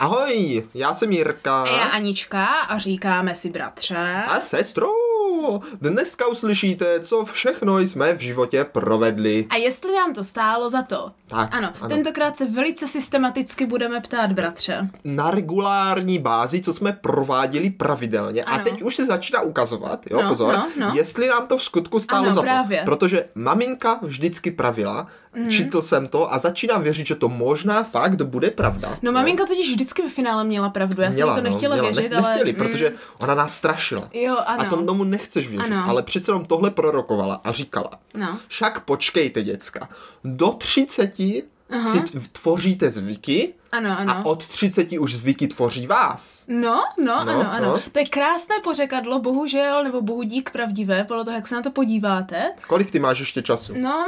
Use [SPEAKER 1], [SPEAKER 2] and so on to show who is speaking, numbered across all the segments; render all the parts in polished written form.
[SPEAKER 1] Ahoj, já jsem Jirka.
[SPEAKER 2] A já Anička a říkáme si bratře.
[SPEAKER 1] A sestro, dneska uslyšíte, co všechno jsme v životě provedli.
[SPEAKER 2] A jestli nám to stálo za to.
[SPEAKER 1] Tak,
[SPEAKER 2] ano, tentokrát se velice systematicky budeme ptát bratře.
[SPEAKER 1] Na regulární bázi, co jsme prováděli pravidelně.
[SPEAKER 2] Ano.
[SPEAKER 1] A teď už se začíná ukazovat, jo,
[SPEAKER 2] No,
[SPEAKER 1] pozor,
[SPEAKER 2] no.
[SPEAKER 1] jestli nám to v skutku stálo
[SPEAKER 2] Ano,
[SPEAKER 1] za
[SPEAKER 2] právě.
[SPEAKER 1] to. Protože maminka vždycky pravila, četl jsem to a začínám věřit, že to možná fakt bude pravda.
[SPEAKER 2] No maminka totiž vždycky ve finále měla pravdu, já jsem to nechtěla věřit, ale...
[SPEAKER 1] Nechtěli, protože ona nás strašila.
[SPEAKER 2] Jo, ano.
[SPEAKER 1] A tomu nechceš věřit,
[SPEAKER 2] Ano.
[SPEAKER 1] ale přece jenom tohle prorokovala a říkala.
[SPEAKER 2] No.
[SPEAKER 1] Však počkejte, děcka, do 30 si tvoříte zvyky,
[SPEAKER 2] Ano.
[SPEAKER 1] a od 30 už zvyky tvoří vás.
[SPEAKER 2] Ano. To je krásné pořekadlo, bohužel, nebo bohu dík pravdivé, podle toho, jak se na to podíváte.
[SPEAKER 1] Kolik ty máš ještě času?
[SPEAKER 2] No.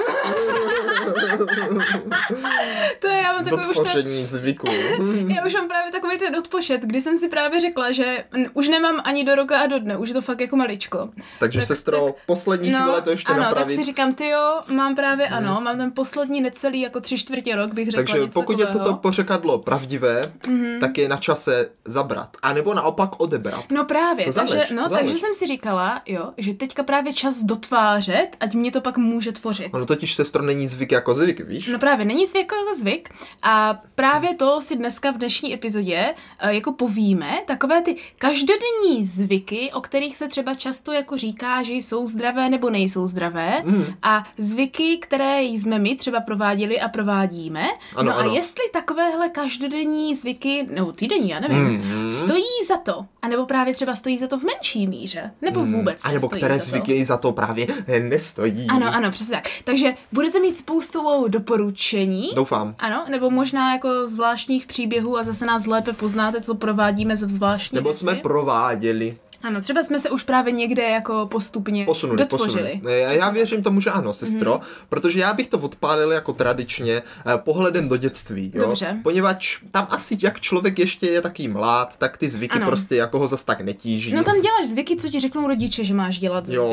[SPEAKER 2] To je, já mám takový už
[SPEAKER 1] tvoření zvyků.
[SPEAKER 2] Já už mám právě takový ten odpočet, kdy jsem si právě řekla, že už nemám ani do roka a do dne, už je to fakt jako maličko.
[SPEAKER 1] Takže sestro, poslední chvíle to ještě napravit.
[SPEAKER 2] Ano, tak si říkám, tyjo, mám právě mám ten poslední necelý jako 3/4 rok, bych řekla.
[SPEAKER 1] Takže
[SPEAKER 2] něco
[SPEAKER 1] pokud
[SPEAKER 2] takového.
[SPEAKER 1] je toto pořekadlo pravdivé, tak je na čase zabrat. A nebo naopak odebrat.
[SPEAKER 2] No právě,
[SPEAKER 1] To záleží.
[SPEAKER 2] takže jsem si říkala, jo, že teďka právě čas dotvářet, ať mě to pak může tvořit.
[SPEAKER 1] Ono totiž, sestro, není zvyk jako zvyk, víš?
[SPEAKER 2] No právě, není zvyk jako zvyk a právě to si dneska v dnešní epizodě jako povíme, takové ty každodenní zvyky, o kterých se třeba často jako říká, že jsou zdravé nebo nejsou zdravé a zvyky, které jsme my třeba prováděli a provádíme.
[SPEAKER 1] Ano.
[SPEAKER 2] A jestli takovéhle každodenní zvyky, nebo týdenní, já nevím, stojí za to, anebo právě třeba stojí za to v menší míře, nebo vůbec
[SPEAKER 1] A nebo
[SPEAKER 2] nestojí
[SPEAKER 1] které
[SPEAKER 2] za to.
[SPEAKER 1] zvyky za to právě nestojí.
[SPEAKER 2] Ano, přesně tak. Takže budete mít spoustu doporučení.
[SPEAKER 1] Doufám.
[SPEAKER 2] Ano, nebo možná jako zvláštních příběhů a zase nás lépe poznáte, co provádíme ze zvláštní
[SPEAKER 1] Nebo
[SPEAKER 2] věci.
[SPEAKER 1] jsme prováděli.
[SPEAKER 2] Ano, třeba jsme se už právě někde jako postupně dotvořili.
[SPEAKER 1] Já věřím tomu, že ano, sestro, protože já bych to odpálil jako tradičně pohledem do dětství, jo?
[SPEAKER 2] Dobře.
[SPEAKER 1] Poněvadž tam asi, jak člověk ještě je taký mlád, tak ty zvyky prostě jako ho zas tak netíží.
[SPEAKER 2] No tam děláš zvyky, co ti řeknou rodiče, že máš dělat zvyky.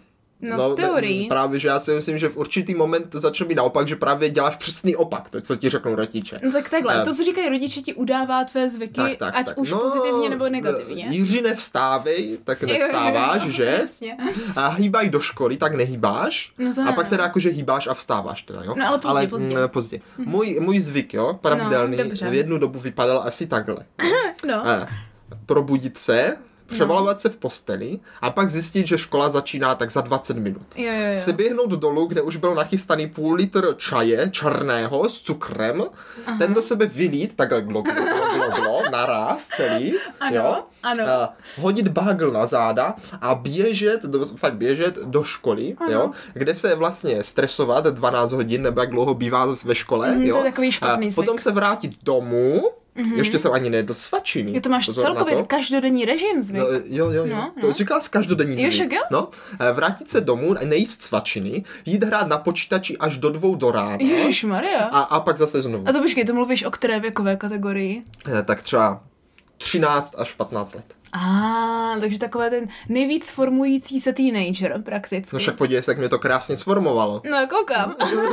[SPEAKER 2] No v teorii.
[SPEAKER 1] Právě, že já si myslím, že v určitý moment to začne být naopak, že právě děláš přesný opak, to, co ti řeknou rodiče.
[SPEAKER 2] No tak takhle, to, co říkají rodiče, ti udává tvé zvyky, ať už pozitivně nebo negativně.
[SPEAKER 1] Jiří, nevstávej, tak nevstáváš, že?
[SPEAKER 2] Jasně.
[SPEAKER 1] A hýbaj do školy, tak nehýbáš.
[SPEAKER 2] No to
[SPEAKER 1] a
[SPEAKER 2] ne,
[SPEAKER 1] pak teda jakože hýbáš a vstáváš teda, jo?
[SPEAKER 2] No ale pozdě.
[SPEAKER 1] Můj zvyk, jo, pravidelný,
[SPEAKER 2] dobře.
[SPEAKER 1] v jednu dobu vypadal asi takhle.
[SPEAKER 2] No.
[SPEAKER 1] Probudit se, převalovat se v posteli a pak zjistit, že škola začíná tak za 20 minut.
[SPEAKER 2] Jo.
[SPEAKER 1] Se běhnout dolů, kde už byl nachystaný půl litr čaje černého s cukrem, ten do sebe vylít, takhle glo, naraz celý, jo?
[SPEAKER 2] Ano.
[SPEAKER 1] Hodit bagel na záda a běžet do školy, jo? Kde se vlastně stresovat 12 hodin, nebo jak dlouho bývá ve škole, jo?
[SPEAKER 2] To je takový špatný zvyk.
[SPEAKER 1] Potom se vrátit domů. Ještě jsem ani nejedl svačiny.
[SPEAKER 2] Jo, to máš celkově každodenní režim zvyk.
[SPEAKER 1] No, jo. To říká z každodenní zvyk.
[SPEAKER 2] Však jo?
[SPEAKER 1] No, vrátit se domů, nejíst svačiny, jít hrát na počítači až do 2 do rána.
[SPEAKER 2] Ježišmarja.
[SPEAKER 1] A pak zase znovu.
[SPEAKER 2] A to počkej, to mluvíš o které věkové kategorii?
[SPEAKER 1] Tak třeba 13 až 15 let.
[SPEAKER 2] Takže takové ten nejvíc formující se teenager prakticky.
[SPEAKER 1] No však podívej se, jak mě to krásně sformovalo.
[SPEAKER 2] No, koukám.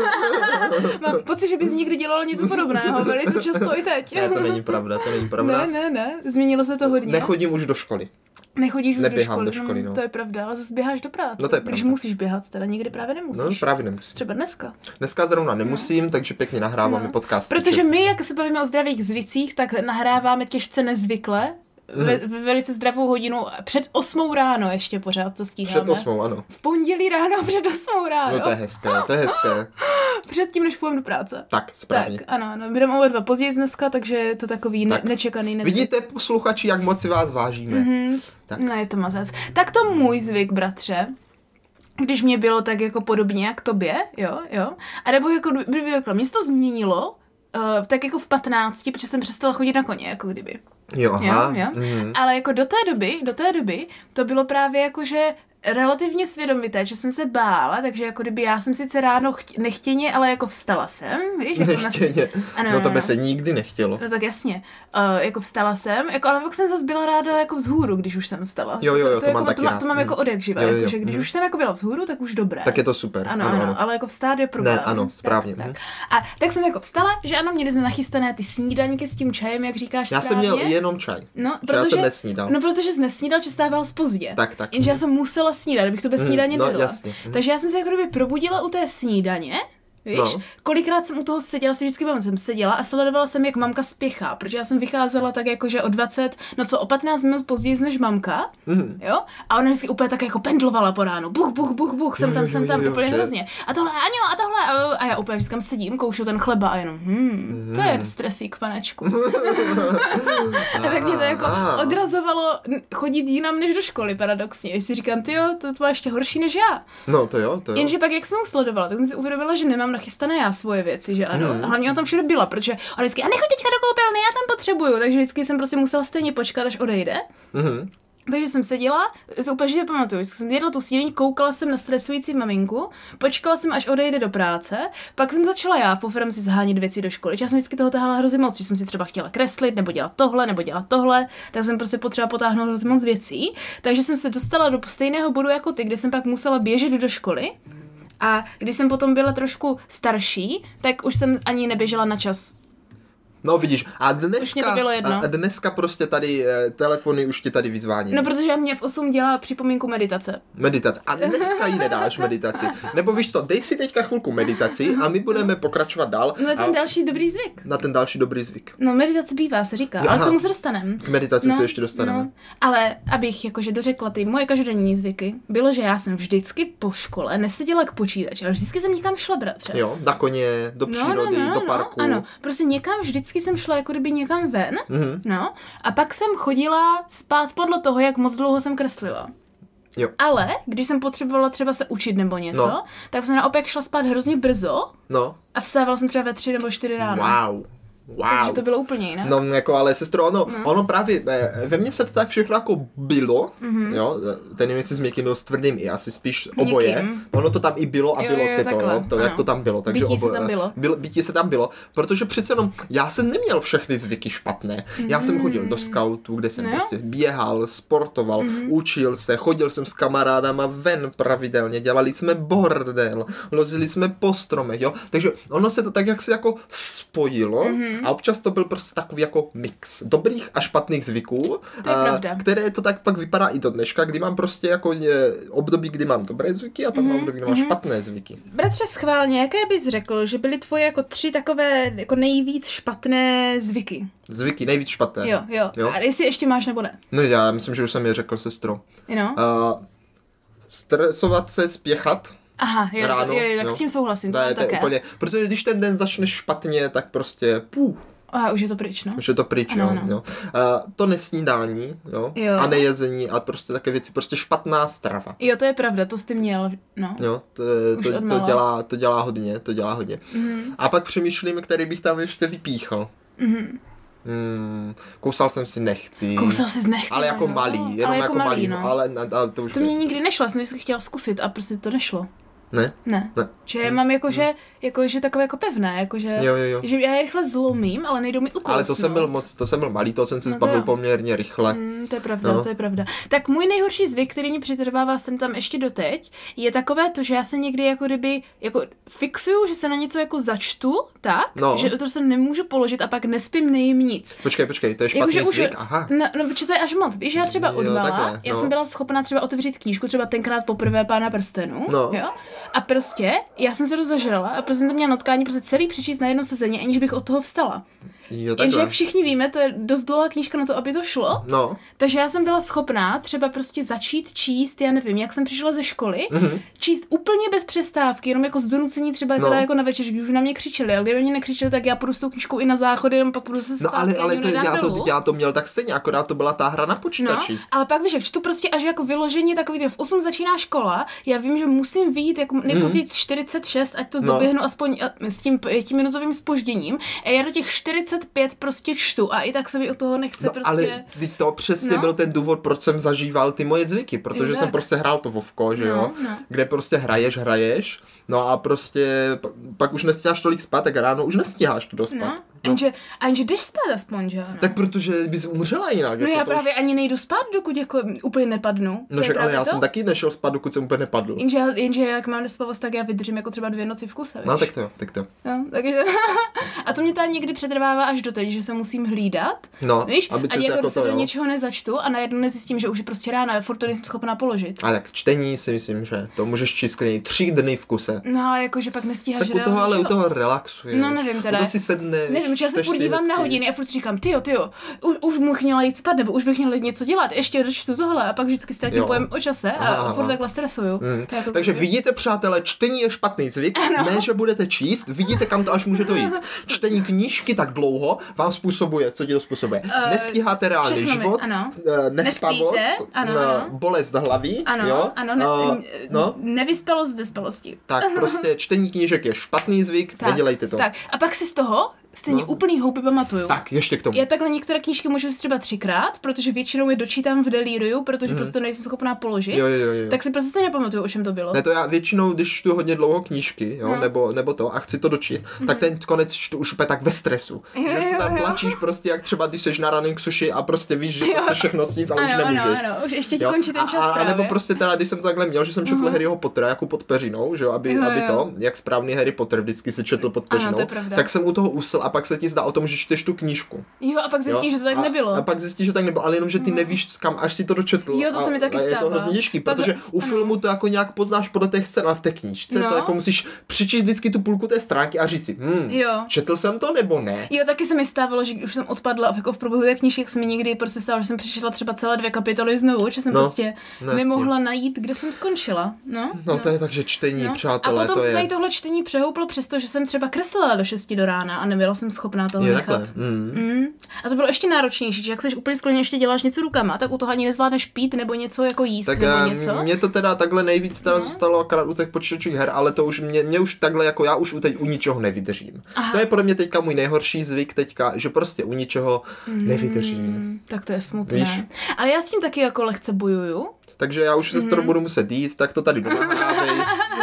[SPEAKER 2] Mám pocit, že bys nikdy dělal něco podobného, velice často i teď.
[SPEAKER 1] Ne, to není pravda.
[SPEAKER 2] Ne, změnilo se to hodně.
[SPEAKER 1] Nechodím už do školy.
[SPEAKER 2] Nechodíš už
[SPEAKER 1] Neběhám do školy, no.
[SPEAKER 2] To je pravda, ale zase běháš do práce.
[SPEAKER 1] No to je pravda.
[SPEAKER 2] Když musíš běhat, teda nikdy právě nemusíš.
[SPEAKER 1] No právě nemusím.
[SPEAKER 2] Třeba dneska.
[SPEAKER 1] Dneska zrovna nemusím, takže pěkně nahráváme podcast.
[SPEAKER 2] Protože my, jak se bavíme o zdravých zvicích, tak nahráváme těžce nezvykle. Ve velice zdravou hodinu, před 8 ráno ještě pořád to stíháme.
[SPEAKER 1] Před 8, ano.
[SPEAKER 2] V pondělí ráno před 8 ráno.
[SPEAKER 1] No to je hezké.
[SPEAKER 2] Před tím, než půjdeme do práce.
[SPEAKER 1] Tak, správně.
[SPEAKER 2] Tak, ano, budeme oba dva později dneska, takže je to takový nečekaný nezvyk.
[SPEAKER 1] Vidíte, posluchači, jak moc si vás vážíme. Tak.
[SPEAKER 2] No je to mazec. Tak to můj zvyk, bratře, když mě bylo tak jako podobně jak tobě, jo, a nebo jako by řekla, mě se to změnilo, tak jako v 15, protože jsem přestala chodit na koně, jako kdyby.
[SPEAKER 1] Jo.
[SPEAKER 2] Ale jako do té doby to bylo právě jako, že relativně svědomité, že jsem se bála, takže jako kdyby já jsem sice ráno nechtěně, ale jako vstala jsem, víš? Jako
[SPEAKER 1] nechtěně. No to by se nikdy nechtělo.
[SPEAKER 2] No tak jasně. Jako vstala jsem, jako, ale pak jsem zase byla ráda jako vzhůru, když už jsem vstala.
[SPEAKER 1] Jo, to
[SPEAKER 2] jako,
[SPEAKER 1] mám taky rád.
[SPEAKER 2] To mám jako odek živa, jako, že když už jsem jako byla vzhůru, tak už dobré.
[SPEAKER 1] Tak je to super.
[SPEAKER 2] Ano, ale jako vstát je problém.
[SPEAKER 1] Ne, ano, správně.
[SPEAKER 2] Tak. A tak jsem jako vstala, že ano, měli jsme nachystané ty snídaňky s tím čajem, jak říkáš
[SPEAKER 1] já
[SPEAKER 2] správně.
[SPEAKER 1] jsem měl jenom čaj.
[SPEAKER 2] No,
[SPEAKER 1] já jsem nesnídal.
[SPEAKER 2] No, protože jsi nesnídal, že stával pozdě.
[SPEAKER 1] Tak.
[SPEAKER 2] Jenže já jsem musela snídat, abych to bez snídaně nedala.
[SPEAKER 1] Jasně.
[SPEAKER 2] Takže já jsem se jako kdyby probudila u té snídaně. Víš, kolikrát jsem u toho seděla, si vždycky jsem seděla a sledovala jsem, jak mamka spěchá, protože já jsem vycházela tak jako, že o 15 minut později než mamka, jo, a ona vždycky úplně tak jako pendlovala po ránu, buch, jsem tam, úplně hrozně. A tohle, Aňo, a tohle, a já úplně vždycky sedím, koušu ten chleba a jenom, to je stresík, panečku. A tak mě to jako odrazovalo chodit jinam než do školy, paradoxně. Když si říkám, tyjo, to bylo ještě horší než já.
[SPEAKER 1] No, to jo.
[SPEAKER 2] Jenže pak, jak jsem ho sledovala, tak jsem si uvědomila, že nemám nachystané já svoje věci, že ano. A hlavně ona tam všude byla, protože ona vždycky, a nechoď teďka do koupelny, já tam potřebuju, takže vždycky jsem prostě musela stejně počkat, až odejde. Takže jsem seděla, úplně že pamatuju, jsem jedla tu snídaní, koukala jsem na stresující maminku, počkala jsem, až odejde do práce, pak jsem začala já fofrem si zhánět věci do školy. Já jsem vždycky toho tahala hrozně moc, že jsem si třeba chtěla kreslit, nebo dělat tohle, tak jsem prostě potřeba potáhnout hrozně moc věcí, takže jsem se dostala do stejného bodu jako ty, kde jsem pak musela běžet do školy. A když jsem potom byla trošku starší, tak už jsem ani neběžela na čas.
[SPEAKER 1] No vidíš, a dneska prostě tady telefony už ti tady vyzvání.
[SPEAKER 2] No protože mě v 8 dělá připomínku meditace.
[SPEAKER 1] A dneska jí nedáš meditaci. Nebo víš to, dej si teďka chvilku meditaci a my budeme pokračovat dál.
[SPEAKER 2] Na ten další dobrý zvyk. No meditace bývá, se říká, ale k tomu se dostaneme.
[SPEAKER 1] K meditaci se ještě dostaneme. No,
[SPEAKER 2] ale abych jakože dořekla ty moje každodenní zvyky, bylo, že já jsem vždycky po škole neseděla k počítači, ale vždycky jsem někam šla, bratře.
[SPEAKER 1] Jo, na koně, do přírody, do parku.
[SPEAKER 2] Ano, prostě někam vždycky jsem šla jako kdyby někam ven, no, a pak jsem chodila spát podle toho, jak moc dlouho jsem kreslila.
[SPEAKER 1] Jo.
[SPEAKER 2] Ale, když jsem potřebovala třeba se učit nebo něco, tak jsem naopak šla spát hrozně brzo a vstávala jsem třeba ve 3 nebo 4 ráno.
[SPEAKER 1] Wow.
[SPEAKER 2] Takže to bylo úplně jinak.
[SPEAKER 1] No jako ale sestro, ono právě, ve mně se to tak všechno jako bylo, jo, ten nevím, jestli s měkkým byl s tvrdým i asi spíš oboje, ono to tam i bylo a bylo se to, jak to tam bylo, takže bytí se tam bylo, protože přece jenom já jsem neměl všechny zvyky špatné, já jsem chodil do skautu, kde jsem prostě běhal, sportoval, učil se, chodil jsem s kamarádama ven pravidelně, dělali jsme bordel, lozili jsme po stromech, jo, takže ono se to tak jak se jako spojilo. A občas to byl prostě takový jako mix dobrých a špatných zvyků, které to tak pak vypadá i do dneška, kdy mám prostě jako období, kdy mám dobré zvyky a pak mám období, kdy mám špatné zvyky.
[SPEAKER 2] Bratře, schválně, jaké bys řekl, že byly tvoje jako 3 takové jako nejvíc špatné zvyky?
[SPEAKER 1] Zvyky, nejvíc špatné.
[SPEAKER 2] Jo. A jestli ještě máš nebo ne?
[SPEAKER 1] No já myslím, že už jsem je řekl, sestro. Stresovat se, spěchat.
[SPEAKER 2] Aha, ráno, tak s tím souhlasím, to je také.
[SPEAKER 1] Úplně, protože když ten den začne špatně, tak prostě
[SPEAKER 2] už je to pryč, no.
[SPEAKER 1] Už je to pryč, jo. To nesnídání, jo, a nejezení a prostě také věci, prostě špatná strava.
[SPEAKER 2] Jo, to je pravda, to jsi měl, no.
[SPEAKER 1] Jo, to dělá hodně. A pak přemýšlím, který bych tam ještě vypíchl. Kousal jsem si nechty.
[SPEAKER 2] Kousal jsi nechty.
[SPEAKER 1] Ale jako malý, jenom jako malý, no. ale to už...
[SPEAKER 2] To mě nikdy nešlo, jsem vždycky chtěla zkusit a prostě to nešlo.
[SPEAKER 1] Ne.
[SPEAKER 2] Že mám jakože takové jako pevné, jakože že já je rychle zlomím, ale nejdou mi ukousnout.
[SPEAKER 1] Ale to jsem byl malý, to jsem se zbavil poměrně rychle.
[SPEAKER 2] To je pravda. Tak můj nejhorší zvyk, který mě přetrvává sem tam ještě doteď, je takové to, že já se někdy jako kdyby jako fixuju, že se na něco jako začtu, tak, že to se nemůžu položit a pak nespím, nejím nic.
[SPEAKER 1] Počkej, to je špatný zvyk, aha.
[SPEAKER 2] No, protože to je až moc, víš, já třeba odmala, já jsem byla schopná třeba otevřít knížku, třeba tenkrát poprvé Pána prstenů, jo. A prostě, já jsem se to zažrala a prostě jsem to měla na tkání prostě celý přečíst na jedno sezení, aniž bych od toho vstala. Jenže jak všichni víme, to je dost dlouhá knížka na to, aby to šlo. Takže já jsem byla schopná třeba prostě začít číst, já nevím, jak jsem přišla ze školy, číst úplně bez přestávky, jenom jako z donucení třeba teda jako na večer, když už na mě křičeli, ale kdyby mě nekřičeli, tak já půjdu s tou knížkou i na záchod, jenom pak půjdu se zpátky.
[SPEAKER 1] Ale já to měl tak stejně, akorát to byla ta hra na počítači.
[SPEAKER 2] Ale pak víš, jak čtu prostě až jako vyložení takový, v 8 začíná škola, já vím, že musím vyjít jako nejpozději 46, ať to doběhnu aspoň s tím 5minutovým zpožděním. A já do těch 40 25 prostě čtu a i tak se mi od toho nechce prostě...
[SPEAKER 1] ale to přesně byl ten důvod, proč jsem zažíval ty moje zvyky, protože jsem prostě hrál to Vovko, že jo, kde prostě hraješ, no a prostě pak už nestíháš tolik spát, tak ráno už nestíháš to dospat.
[SPEAKER 2] Jenže jdeš spát aspoň, že ano?
[SPEAKER 1] Tak protože bys umřela jinak.
[SPEAKER 2] No
[SPEAKER 1] jako
[SPEAKER 2] já právě ani nejdu spát, dokud jako úplně nepadnu.
[SPEAKER 1] No že, ale já jsem taky nešel spát, dokud jsem úplně nepadl.
[SPEAKER 2] Jenže jak mám nespavost, tak já vydržím jako třeba 2 noci v kuse, víš?
[SPEAKER 1] No tak to.
[SPEAKER 2] No, takže... A to mě tam někdy přetrvává až doteď, že se musím hlídat, víš?
[SPEAKER 1] Aby
[SPEAKER 2] a jako se do něčeho nezačtu a najednou nezjistím, že už je prostě ráno a furt to nejsem schopná položit.
[SPEAKER 1] A tak čtení si myslím, že to můžeš číst 3 dny v kuse.
[SPEAKER 2] No ale jakože pak nestíháš
[SPEAKER 1] tak u toho relaxuješ.
[SPEAKER 2] No nevím teda.
[SPEAKER 1] To si sedneš.
[SPEAKER 2] Nevím, že já se furt dívám na hodiny a furt si říkám, tyjo, už bych měla jít spát, nebo už bych měla něco dělat, ještě dočtu tohle a pak vždycky ztratím pojem o čase a furt takhle stresuju.
[SPEAKER 1] Jako takže vidíte, přátelé, čtení je špatný zvyk, ne, že budete číst, vidíte, kam to až může to jít. Čtení knížky tak dlouho vám způsobuje, co ti to způsobuje? Nestíháte reálný život, nespavost, bolest hlavy,
[SPEAKER 2] nevyspalost ze spalosti.
[SPEAKER 1] Tak prostě čtení knížek je špatný zvyk, nedělejte to.
[SPEAKER 2] Tak a pak si z toho stejně úplný houby pamatuju.
[SPEAKER 1] Tak, ještě k tomu.
[SPEAKER 2] Já takhle některé knížky můžu si třeba 3krát, protože většinou je dočítám v delíriu, protože prostě nejsem schopná položit.
[SPEAKER 1] Jo.
[SPEAKER 2] Tak si prostě stejně nepamatuju, o čem to bylo.
[SPEAKER 1] Ne, to já většinou, když čtu hodně dlouho knížky, nebo to a chci to dočíst, tak ten konec čtu už úplně tak ve stresu. Že už to tam tlačíš prostě, jak třeba když seš na running sushi a prostě víš, že to všechno sníst, ale už nemůžeš.
[SPEAKER 2] Ano, už ještě ti končí ten čas
[SPEAKER 1] a nebo prostě teda, když jsem to takhle měl, že jsem četl Harryho Pottera jako pod peřinou, že aby to, jak správný Harry Potter vždycky se četl pod peřinou, tak jsem u toho usl a pak se ti zdá o tom, že čteš tu knížku.
[SPEAKER 2] Jo, a pak zjistíš, že to tak nebylo.
[SPEAKER 1] A pak zjistíš, že tak nebylo, ale jenom, že ty nevíš, kam až si to dočetl.
[SPEAKER 2] Jo, to se mi taky stává.
[SPEAKER 1] Je to hrozně těžký, protože u filmu to jako nějak poznáš podle těch scén, ale v té knížce to jako musíš přečíst vždycky tu půlku té stránky a říct si, četl jsem to nebo ne?
[SPEAKER 2] Jo, taky se mi stávalo, že už jsem odpadla jako v průběhu té knížky, jak se mi někdy prostě stalo, že jsem přečetla třeba celé 2 kapitoly znovu, že jsem prostě nemohla najít, kde jsem skončila. No,
[SPEAKER 1] to je takže čtení, přátelé,
[SPEAKER 2] a potom se tady tohle čtení přehouplo, přestože jsem třeba kreslila do 6 do rána a nebyla jsem schopná toho nechat. A to bylo ještě náročnější, že jak seš úplně skloně ještě děláš něco rukama, tak u toho ani nezvládneš pít nebo něco jako jíst
[SPEAKER 1] tak
[SPEAKER 2] nebo něco.
[SPEAKER 1] Mě to teda takhle nejvíc teda zůstalo akorát u těch počítačových her, ale to už mě už takhle jako já už teď u ničeho nevydržím. Aha. To je pro mě teďka můj nejhorší zvyk teďka, že prostě u ničeho nevydržím.
[SPEAKER 2] Tak to je smutné.
[SPEAKER 1] Víš?
[SPEAKER 2] Ale já s tím taky jako lehce bojuju.
[SPEAKER 1] Takže já už se z toho budu muset jít, tak to tady doma hrávej.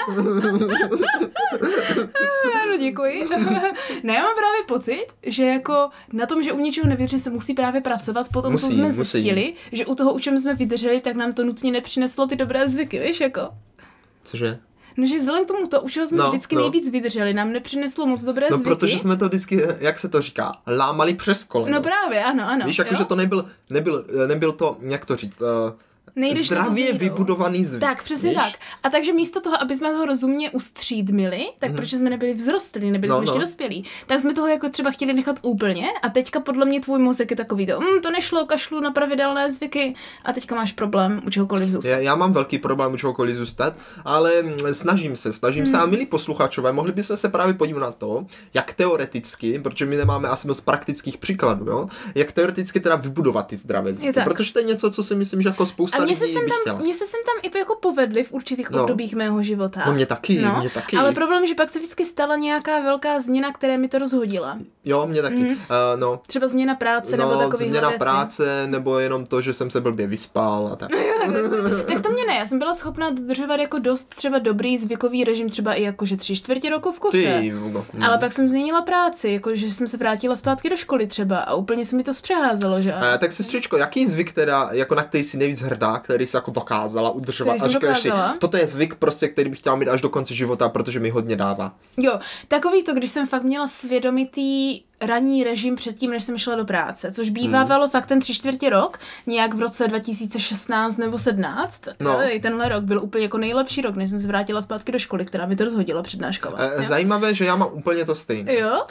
[SPEAKER 2] No děkuji. Ne, já mám právě pocit, že jako na tom, že u něčeho nevydrží, se musí právě pracovat po tom, co jsme zjistili, že u toho, u čem jsme vydrželi, tak nám to nutně nepřineslo ty dobré zvyky, víš, jako.
[SPEAKER 1] Cože?
[SPEAKER 2] No, že vzhledem k tomu, u čeho jsme vždycky nejvíc vydrželi, nám nepřineslo moc dobré zvyky.
[SPEAKER 1] No, protože jsme to vždycky, jak se to říká, lámali přes koleno.
[SPEAKER 2] No právě, ano.
[SPEAKER 1] Víš, jakože to nebyl to, jak to říct, zdravě vybudovaný zvyk.
[SPEAKER 2] Tak, přesně tak. A takže místo toho, aby jsme toho rozumně ustřídmili, tak protože jsme nebyli vzrostlí, nebyli jsme ještě dospělí, tak jsme toho jako třeba chtěli nechat úplně a teďka podle mě tvůj mozek je takový to nešlo, kašlu na pravidelné zvyky a teďka máš problém u čehokoliv zůstat.
[SPEAKER 1] Já mám velký problém u čehokoliv zůstat, ale snažím se a milí posluchačové, mohli byste se právě podívat na to, jak teoreticky, protože my nemáme asi moc praktických příkladů, jo, jak teoreticky teda vybudovat ty zdravé zvyky, protože to je něco, co si myslím, že jako spousta lidí
[SPEAKER 2] mně se sem tam i jako povedli v určitých obdobích mého života.
[SPEAKER 1] No mě taky.
[SPEAKER 2] Ale problém, že pak se vždycky stala nějaká velká změna, která mi to rozhodila.
[SPEAKER 1] Jo, mě taky.
[SPEAKER 2] Třeba změna práce nebo takový
[SPEAKER 1] změna
[SPEAKER 2] věci.
[SPEAKER 1] práce, nebo jenom to, že jsem se blbě vyspal a tak.
[SPEAKER 2] Tak to mě ne, já jsem byla schopná dodržovat jako dost třeba dobrý zvykový režim, třeba i jakože 3/4 roku v kuse. Ale pak jsem změnila práci, jakože jsem se vrátila zpátky do školy třeba a úplně se mi to zpřeházelo, že?
[SPEAKER 1] Tak sestřičko, jaký zvyk teda, jako na který si nejvíc hrdá, který jsi jako dokázala udržovat a říkáš si, toto je zvyk prostě, který bych chtěla mít až do konce života, protože mi hodně dává.
[SPEAKER 2] Jo, takový to, když jsem fakt měla svědomitý ranní režim předtím, než jsem šla do práce, což bývávalo fakt ten 3/4 rok, nějak v roce 2016 nebo 17. Tenhle rok byl úplně jako nejlepší rok, než jsem se vrátila zpátky do školy, která mi to rozhodila přednáškama.
[SPEAKER 1] Zajímavé, že já mám úplně to stejné.
[SPEAKER 2] Jo?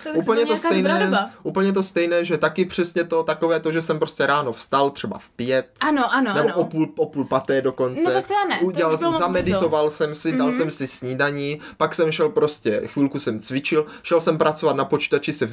[SPEAKER 1] Úplně to stejné, že taky přesně to takové to, že jsem prostě ráno vstal třeba v 5.
[SPEAKER 2] Ano.
[SPEAKER 1] Nebo o půl paté dokonce.
[SPEAKER 2] No tak to já ne.
[SPEAKER 1] Zameditoval jsem si, dal jsem si snídaní, pak jsem šel prostě, chvilku jsem cvičil, šel jsem pracovat na počítači, se vzdělávat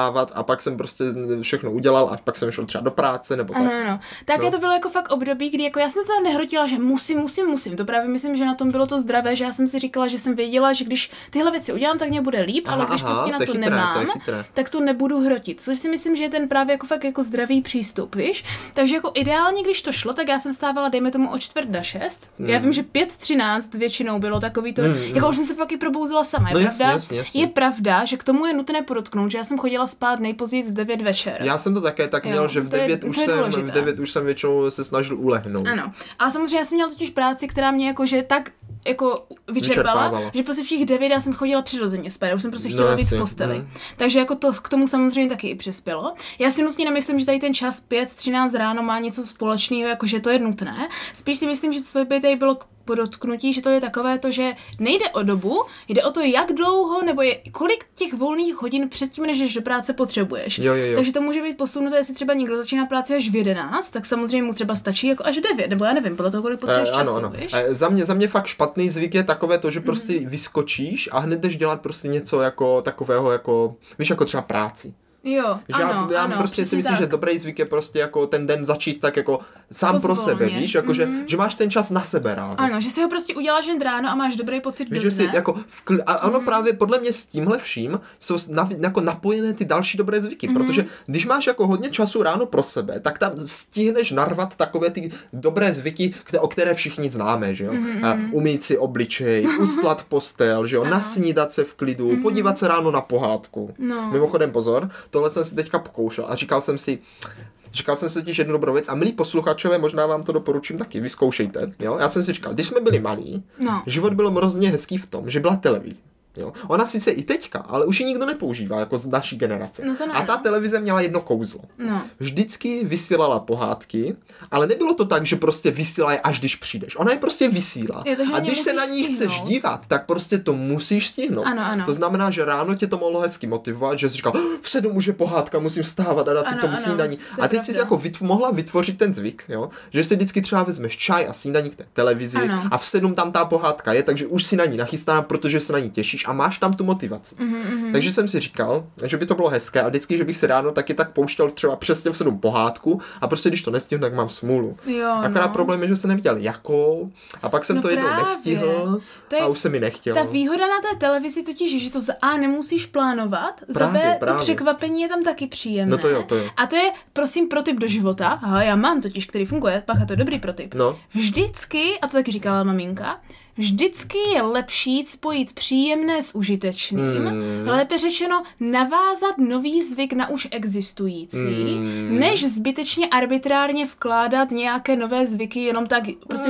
[SPEAKER 1] vstávat a pak jsem prostě všechno udělal a pak jsem šel třeba do práce nebo tak.
[SPEAKER 2] Ano. Tak to bylo jako fakt období, kdy jako já jsem to nehrotila, že musím. To právě myslím, že na tom bylo to zdravé, že já jsem si říkala, že jsem věděla, že když tyhle věci udělám, tak mě bude líp, ale když prostě na to nemám, tak to nebudu hrotit. Což si myslím, že je ten právě jako fakt jako zdravý přístup, víš? Takže jako ideálně, když to šlo, tak já jsem stávala, dejme tomu, o 5:45. Já vím, že 5:13 většinou bylo takový to, jako už jsem se pak i probouzela sama. Jasně. Je pravda, že k tomu je nutné podotknout, že já jsem chodila spát nejpozději v 9 večer.
[SPEAKER 1] Já jsem to také tak měl, že v 9 už jsem většinou se snažil ulehnout.
[SPEAKER 2] Ano. A samozřejmě já jsem měla totiž práci, která mě jakože tak jako vyčerpala, že prostě v těch 9 já jsem chodila přirozeně spát, už jsem prostě chtěla být v posteli. Takže jako to k tomu samozřejmě taky i přispělo. Já si nutně nemyslím, že tady ten čas 5:13 ráno má něco společného, jakože to je nutné. Spíš si myslím, že to by tady bylo podotknutí, že to je takové to, že nejde o dobu, jde o to, jak dlouho nebo kolik těch volných hodin předtím, než jdeš do práce, potřebuješ.
[SPEAKER 1] Jo.
[SPEAKER 2] Takže to může být posunuté, jestli třeba někdo začíná práci až v 11, tak samozřejmě mu třeba stačí jako až 9, nebo já nevím, podle toho, kolik potřebuješ času, víš?
[SPEAKER 1] Za mě fakt špatný zvyk je takové to, že prostě vyskočíš a hned jdeš dělat prostě něco jako takového, jako, víš, jako třeba práci.
[SPEAKER 2] Jo,
[SPEAKER 1] že já prostě si myslím, že dobrý zvyk je prostě jako ten den začít tak jako sám pro sebe, víš, jako že máš ten čas na sebe ráno.
[SPEAKER 2] Ano, že si ho prostě uděláš hned ráno a máš dobrý pocit do dne.
[SPEAKER 1] Že si jako ano, právě podle mě s tímhle vším jsou jako napojené ty další dobré zvyky, protože když máš jako hodně času ráno pro sebe, tak tam stihneš narvat takové ty dobré zvyky, o které všichni známe, že jo? Umýt si obličej, ustlat postel, že jo? Nasnídat se v klidu, podívat se ráno na pohádku.
[SPEAKER 2] No.
[SPEAKER 1] Mimochodem pozor, tohle jsem si teďka pokoušel a říkal jsem si totiž jednu dobrou věc a milí posluchačové, možná vám to doporučím taky, vyzkoušejte. Jo? Já jsem si říkal, když jsme byli malí, život byl hrozně hezký v tom, že byla televize. Jo? Ona sice i teďka, ale už ji nikdo nepoužívá, jako z naší generace. A ta televize měla jedno kouzlo. Vždycky vysílala pohádky, ale nebylo to tak, že prostě vysílá je až když přijdeš. Ona je prostě vysílá. A když se na ní chceš dívat, tak prostě to musíš stihnout.
[SPEAKER 2] Ano.
[SPEAKER 1] To znamená, že ráno tě to mohlo hezky motivovat, že jsi říkal, v 7 už je pohádka, musím vstávat a dát si k tomu snídaní. A teď jsi jako mohla vytvořit ten zvyk, jo? Že si vždycky třeba vezmeš čaj a snídaní k té televizi a v 7 tam ta pohádka je, takže už si na ní nachystána, protože se na ní těšíš a máš tam tu motivaci. Takže jsem si říkal, že by to bylo hezké a vždycky, že bych se ráno taky tak pouštěl třeba přesně v 7 pohádku a prostě když to nestihnu, tak mám smůlu. Akorát problém je, že jsem neviděl jakou a pak jsem to jednou nestihl a už se mi nechtělo.
[SPEAKER 2] Ta výhoda na té televizi totiž je, že to za A nemusíš plánovat, za B to překvapení je tam taky příjemné.
[SPEAKER 1] No to jo.
[SPEAKER 2] A to je, prosím, protip do života. Aha, já mám totiž, který funguje, pak je to dobrý protip. Vždycky, a to taky říkala maminka, vždycky je lepší spojit příjemné s užitečným, lépe řečeno navázat nový zvyk na už existující, než zbytečně arbitrárně vkládat nějaké nové zvyky jenom tak prostě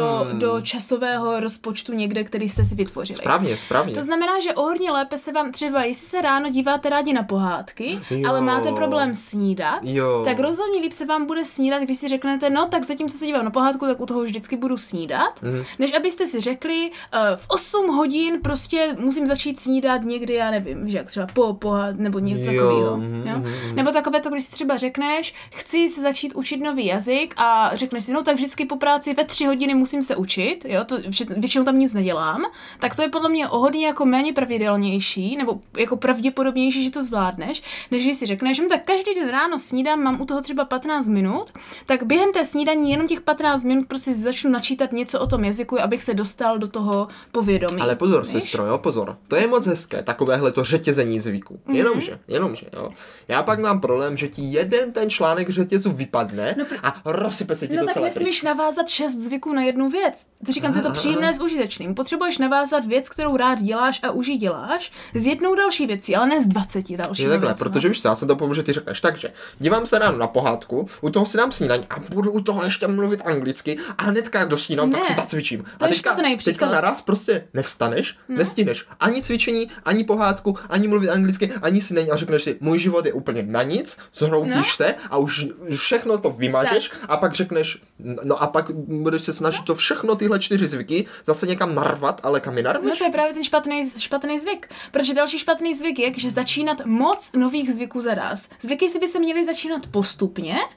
[SPEAKER 2] do časového rozpočtu někde, který jste si vytvořili.
[SPEAKER 1] Správně.
[SPEAKER 2] To znamená, že o hodně lépe se vám třeba, jestli se ráno díváte rádi na pohádky, ale máte problém snídat, tak rozhodně líp se vám bude snídat, když si řeknete, no tak zatímco se dívám na pohádku, tak u toho vždycky budu snídat, než abyste si řekli, v 8 hodin prostě musím začít snídat někdy, já nevím, že jak třeba nebo něco takového. Nebo takové to, když si třeba řekneš, chci se začít učit nový jazyk a řekneš si, no tak vždycky po práci ve 3 hodiny musím se učit, jo, to většinou tam nic nedělám, tak to je podle mě o hodně jako méně pravidelnější, nebo jako pravděpodobnější, že to zvládneš, než když si řekneš, no tak každý den ráno snídám, mám u toho třeba 15 minut, tak během té snídaní jenom těch 15 minut prostě začnu načítat něco o tom jazyku, abych se dostal do toho povědomí.
[SPEAKER 1] Ale pozor, sestro, jo, pozor. To je moc hezké, takovéhle to řetězení zvyků. Jenomže, jo. Já pak mám problém, že ti jeden ten článek řetězu vypadne a rozsype se ti to celé.
[SPEAKER 2] No tak nesmíš navázat 6 zvyků na jednu věc. To říkám, to je to příjemné s užitečným. Potřebuješ navázat věc, kterou rád děláš a už ji děláš, s jednou další věcí, ale ne s 20 dalšími.
[SPEAKER 1] Takhle, protože víš, já jsem to pomůžu, že ty řekneš, takže dívám se ráno na pohádku, u toho si dám snídaní a budu u toho ještě mluvit anglicky a hnedka jak dosnídám, tak si zacvičím. A teďka naraz prostě nevstaneš, nestihneš ani cvičení, ani pohádku, ani mluvit anglicky, ani si není a řekneš si, můj život je úplně na nic, zhroutíš se a už všechno to vymažeš a pak řekneš, no a pak budeš se snažit to všechno tyhle 4 zvyky zase někam narvat, ale kam je narveš?
[SPEAKER 2] No to je právě ten špatný zvyk, protože další špatný zvyk je, že začínat moc nových zvyků za raz. Zvyky si by se měly začínat postupně,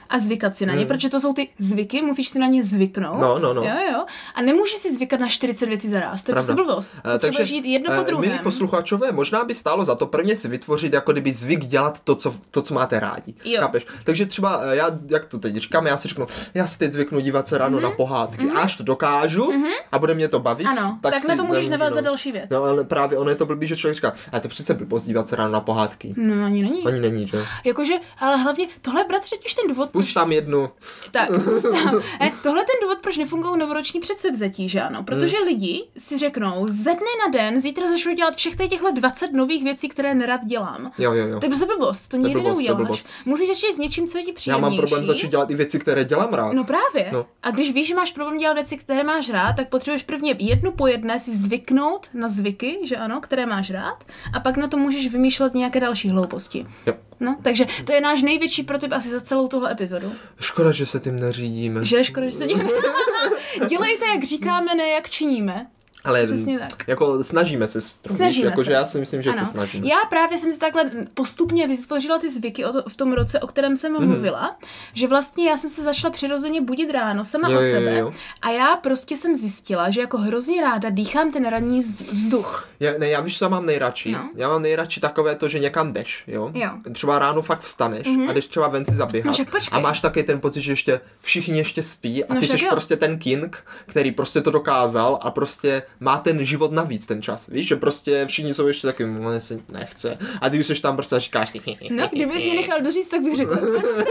[SPEAKER 2] a zvykat si na ně, protože to jsou ty zvyky, musíš si na ně zvyknout.
[SPEAKER 1] No.
[SPEAKER 2] Jo. A nemůžeš si zvykat na 40 věcí za raz, to je prostě blbost. Potřebuješ žít jedno po druhém.
[SPEAKER 1] Milí posluchačové, možná by stálo za to prvně si vytvořit jako kdyby zvyk dělat to, co máte rádi. Chápeš? Takže třeba já, jak to teď říkám, já si řeknu, já si teď zvyknu dívat se ráno na pohádky, až to dokážu a bude mě to bavit.
[SPEAKER 2] Ano, tak na to můžeš navázat další věc.
[SPEAKER 1] No, ale právě ono je to blbý, že člověk říká, ale to přece blbost dívat se ráno na pohádky.
[SPEAKER 2] No, ani není.
[SPEAKER 1] Ani není, že?
[SPEAKER 2] Jakože, ale hlavně, tohle je bratře těž ten důvod.
[SPEAKER 1] Pust tam jednu.
[SPEAKER 2] Tak, tohle je ten důvod, proč nefungují novoroční předsevzetí, že ano? Protože lidi si řeknou, ze dne na den, zítra začnu dělat všech těchto 20 nových věcí, které nerad dělám.
[SPEAKER 1] Jo.
[SPEAKER 2] To je prostě blbost, to nikdy neuděláš. Musíš začít s něčím, co je ti příjemnější.
[SPEAKER 1] Já mám problém začít dělat i věci, které dělám rád.
[SPEAKER 2] No právě. No. A když víš, že máš problém dělat věci, které máš rád, tak potřebuješ prvně jednu po jedné si zvyknout na zvyky, že ano, které máš rád, a pak na to můžeš vymýšlet nějaké další hlouposti.
[SPEAKER 1] Jo.
[SPEAKER 2] No, takže to je náš největší protip asi za celou tuhle epizodu.
[SPEAKER 1] Škoda, že se tím neřídíme.
[SPEAKER 2] Škoda, že se tím dělejte, jak říkáme, ne jak činíme.
[SPEAKER 1] Ale
[SPEAKER 2] přesně tak.
[SPEAKER 1] Jako snažíme se. Jakože já si myslím, že se snažíme.
[SPEAKER 2] Já právě jsem si takhle postupně vytvořila ty zvyky v tom roce, o kterém jsem mluvila, že vlastně já jsem se začala přirozeně budit ráno sama od sebe. Jo. A já prostě jsem zjistila, že jako hrozně ráda dýchám ten ranní vzduch.
[SPEAKER 1] Já víš, co mám nejradši? No. Já mám nejradši takové to, že někam jdeš, jo? Třeba ráno fakt vstaneš a jdeš třeba ven si zaběhat a máš taky ten pocit, že ještě všichni ještě spí a ty jsi prostě ten king, který prostě to dokázal a prostě má ten život navíc ten čas, víš, že prostě všichni jsou ještě taky, si nechce. A ty už jsi tam prostě a říkáš si.
[SPEAKER 2] No, kdybys mě nechal doříct, tak bych řekla,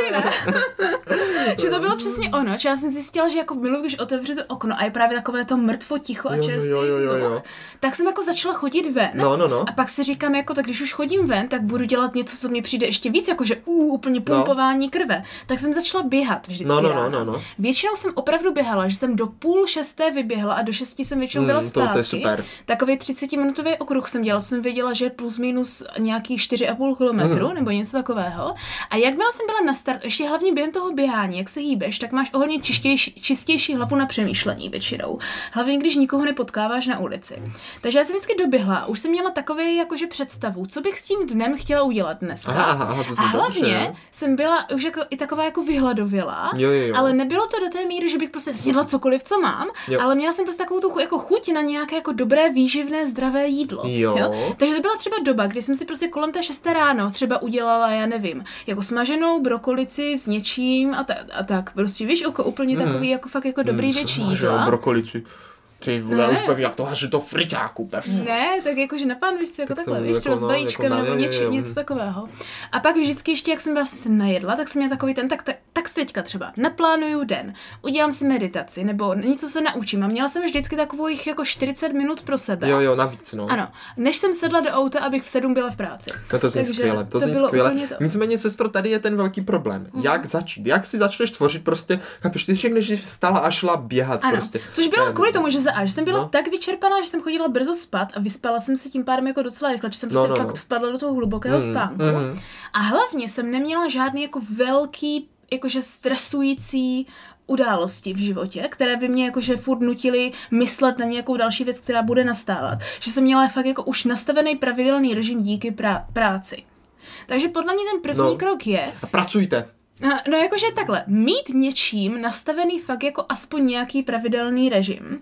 [SPEAKER 2] že to bylo přesně ono, že já jsem zjistila, že jako miluji, když otevřu to okno a je právě takové to mrtvo, ticho a čerstvý vzduch, tak jsem jako začala chodit ven.
[SPEAKER 1] No.
[SPEAKER 2] A pak si říkám, jako tak když už chodím ven, tak budu dělat něco, co mi přijde ještě víc, jakože úplně pumpování krve. Tak jsem začala běhat vždycky ráno.
[SPEAKER 1] No.
[SPEAKER 2] Většinou jsem opravdu běhala, že jsem do 5:30 vyběhla a do 6 jsem většinou byla zpátky.
[SPEAKER 1] To je super.
[SPEAKER 2] Takový 30-minutový okruh jsem dělala, jsem věděla, že je plus minus nějaký 4,5 kilometru nebo něco takového. A jakmile jsem byla na start, ještě hlavně během toho běhání, jak se hýbeš, tak máš o hodně čistější hlavu na přemýšlení většinou. Hlavně když nikoho nepotkáváš na ulici. Takže já jsem vždycky doběhla, už jsem měla takový jakože představu, co bych s tím dnem chtěla udělat dneska.
[SPEAKER 1] A
[SPEAKER 2] hlavně jsem byla už jako i taková jako vyhladovělá, ale nebylo to do té míry, že bych prostě snědla cokoliv, co mám, ale měla jsem prostě takovou tu jako chuť na nějaké jako dobré, výživné, zdravé jídlo. Jo? Takže to byla třeba doba, kdy jsem si prostě kolem té 6 ráno třeba udělala, já nevím, jako smaženou brokolici s něčím a tak. Prostě víš, jako úplně takový jako fakt jako dobrý větší jídla.
[SPEAKER 1] Brokolici. Ty vole, už pevně, jak to haří do friťáku, pevně.
[SPEAKER 2] Ne, tak jakože napánuješ si jako takhle, víš, třeba s vajíčkem nebo něco takového. A pak vždycky ještě, jak jsem vlastně se najedla, tak jsem měla takový ten, tak teďka třeba naplánuju den, udělám si meditaci, nebo něco se naučím. A měla jsem vždycky takových jako 40 minut pro sebe.
[SPEAKER 1] Jo, navíc, no.
[SPEAKER 2] Ano, než jsem sedla do auta, abych v 7 byla v práci.
[SPEAKER 1] No to zní skvěle, to zní skvěle. Nicméně, sestro, tady je ten velký problém. Jak začít? Jak si začneš tvořit prostě, chápeš, ty řekneš, že jsi vstala a šla běhat prostě.
[SPEAKER 2] Což bylo kvůli tomu, že jsem byla tak vyčerpaná, že jsem chodila brzo spát a vyspala jsem se tím pádem jako docela rychle, že jsem prostě fakt spadla do toho hlubokého spánku. A hlavně jsem neměla žádný jako velký, jakože stresující události v životě, které by mě jakože furt nutily myslet na nějakou další věc, která bude nastávat. Že jsem měla fakt jako už nastavený pravidelný režim díky práci. Takže podle mě ten první krok je...
[SPEAKER 1] A pracujte.
[SPEAKER 2] No jakože takhle, mít něčím nastavený fakt jako aspoň nějaký pravidelný režim.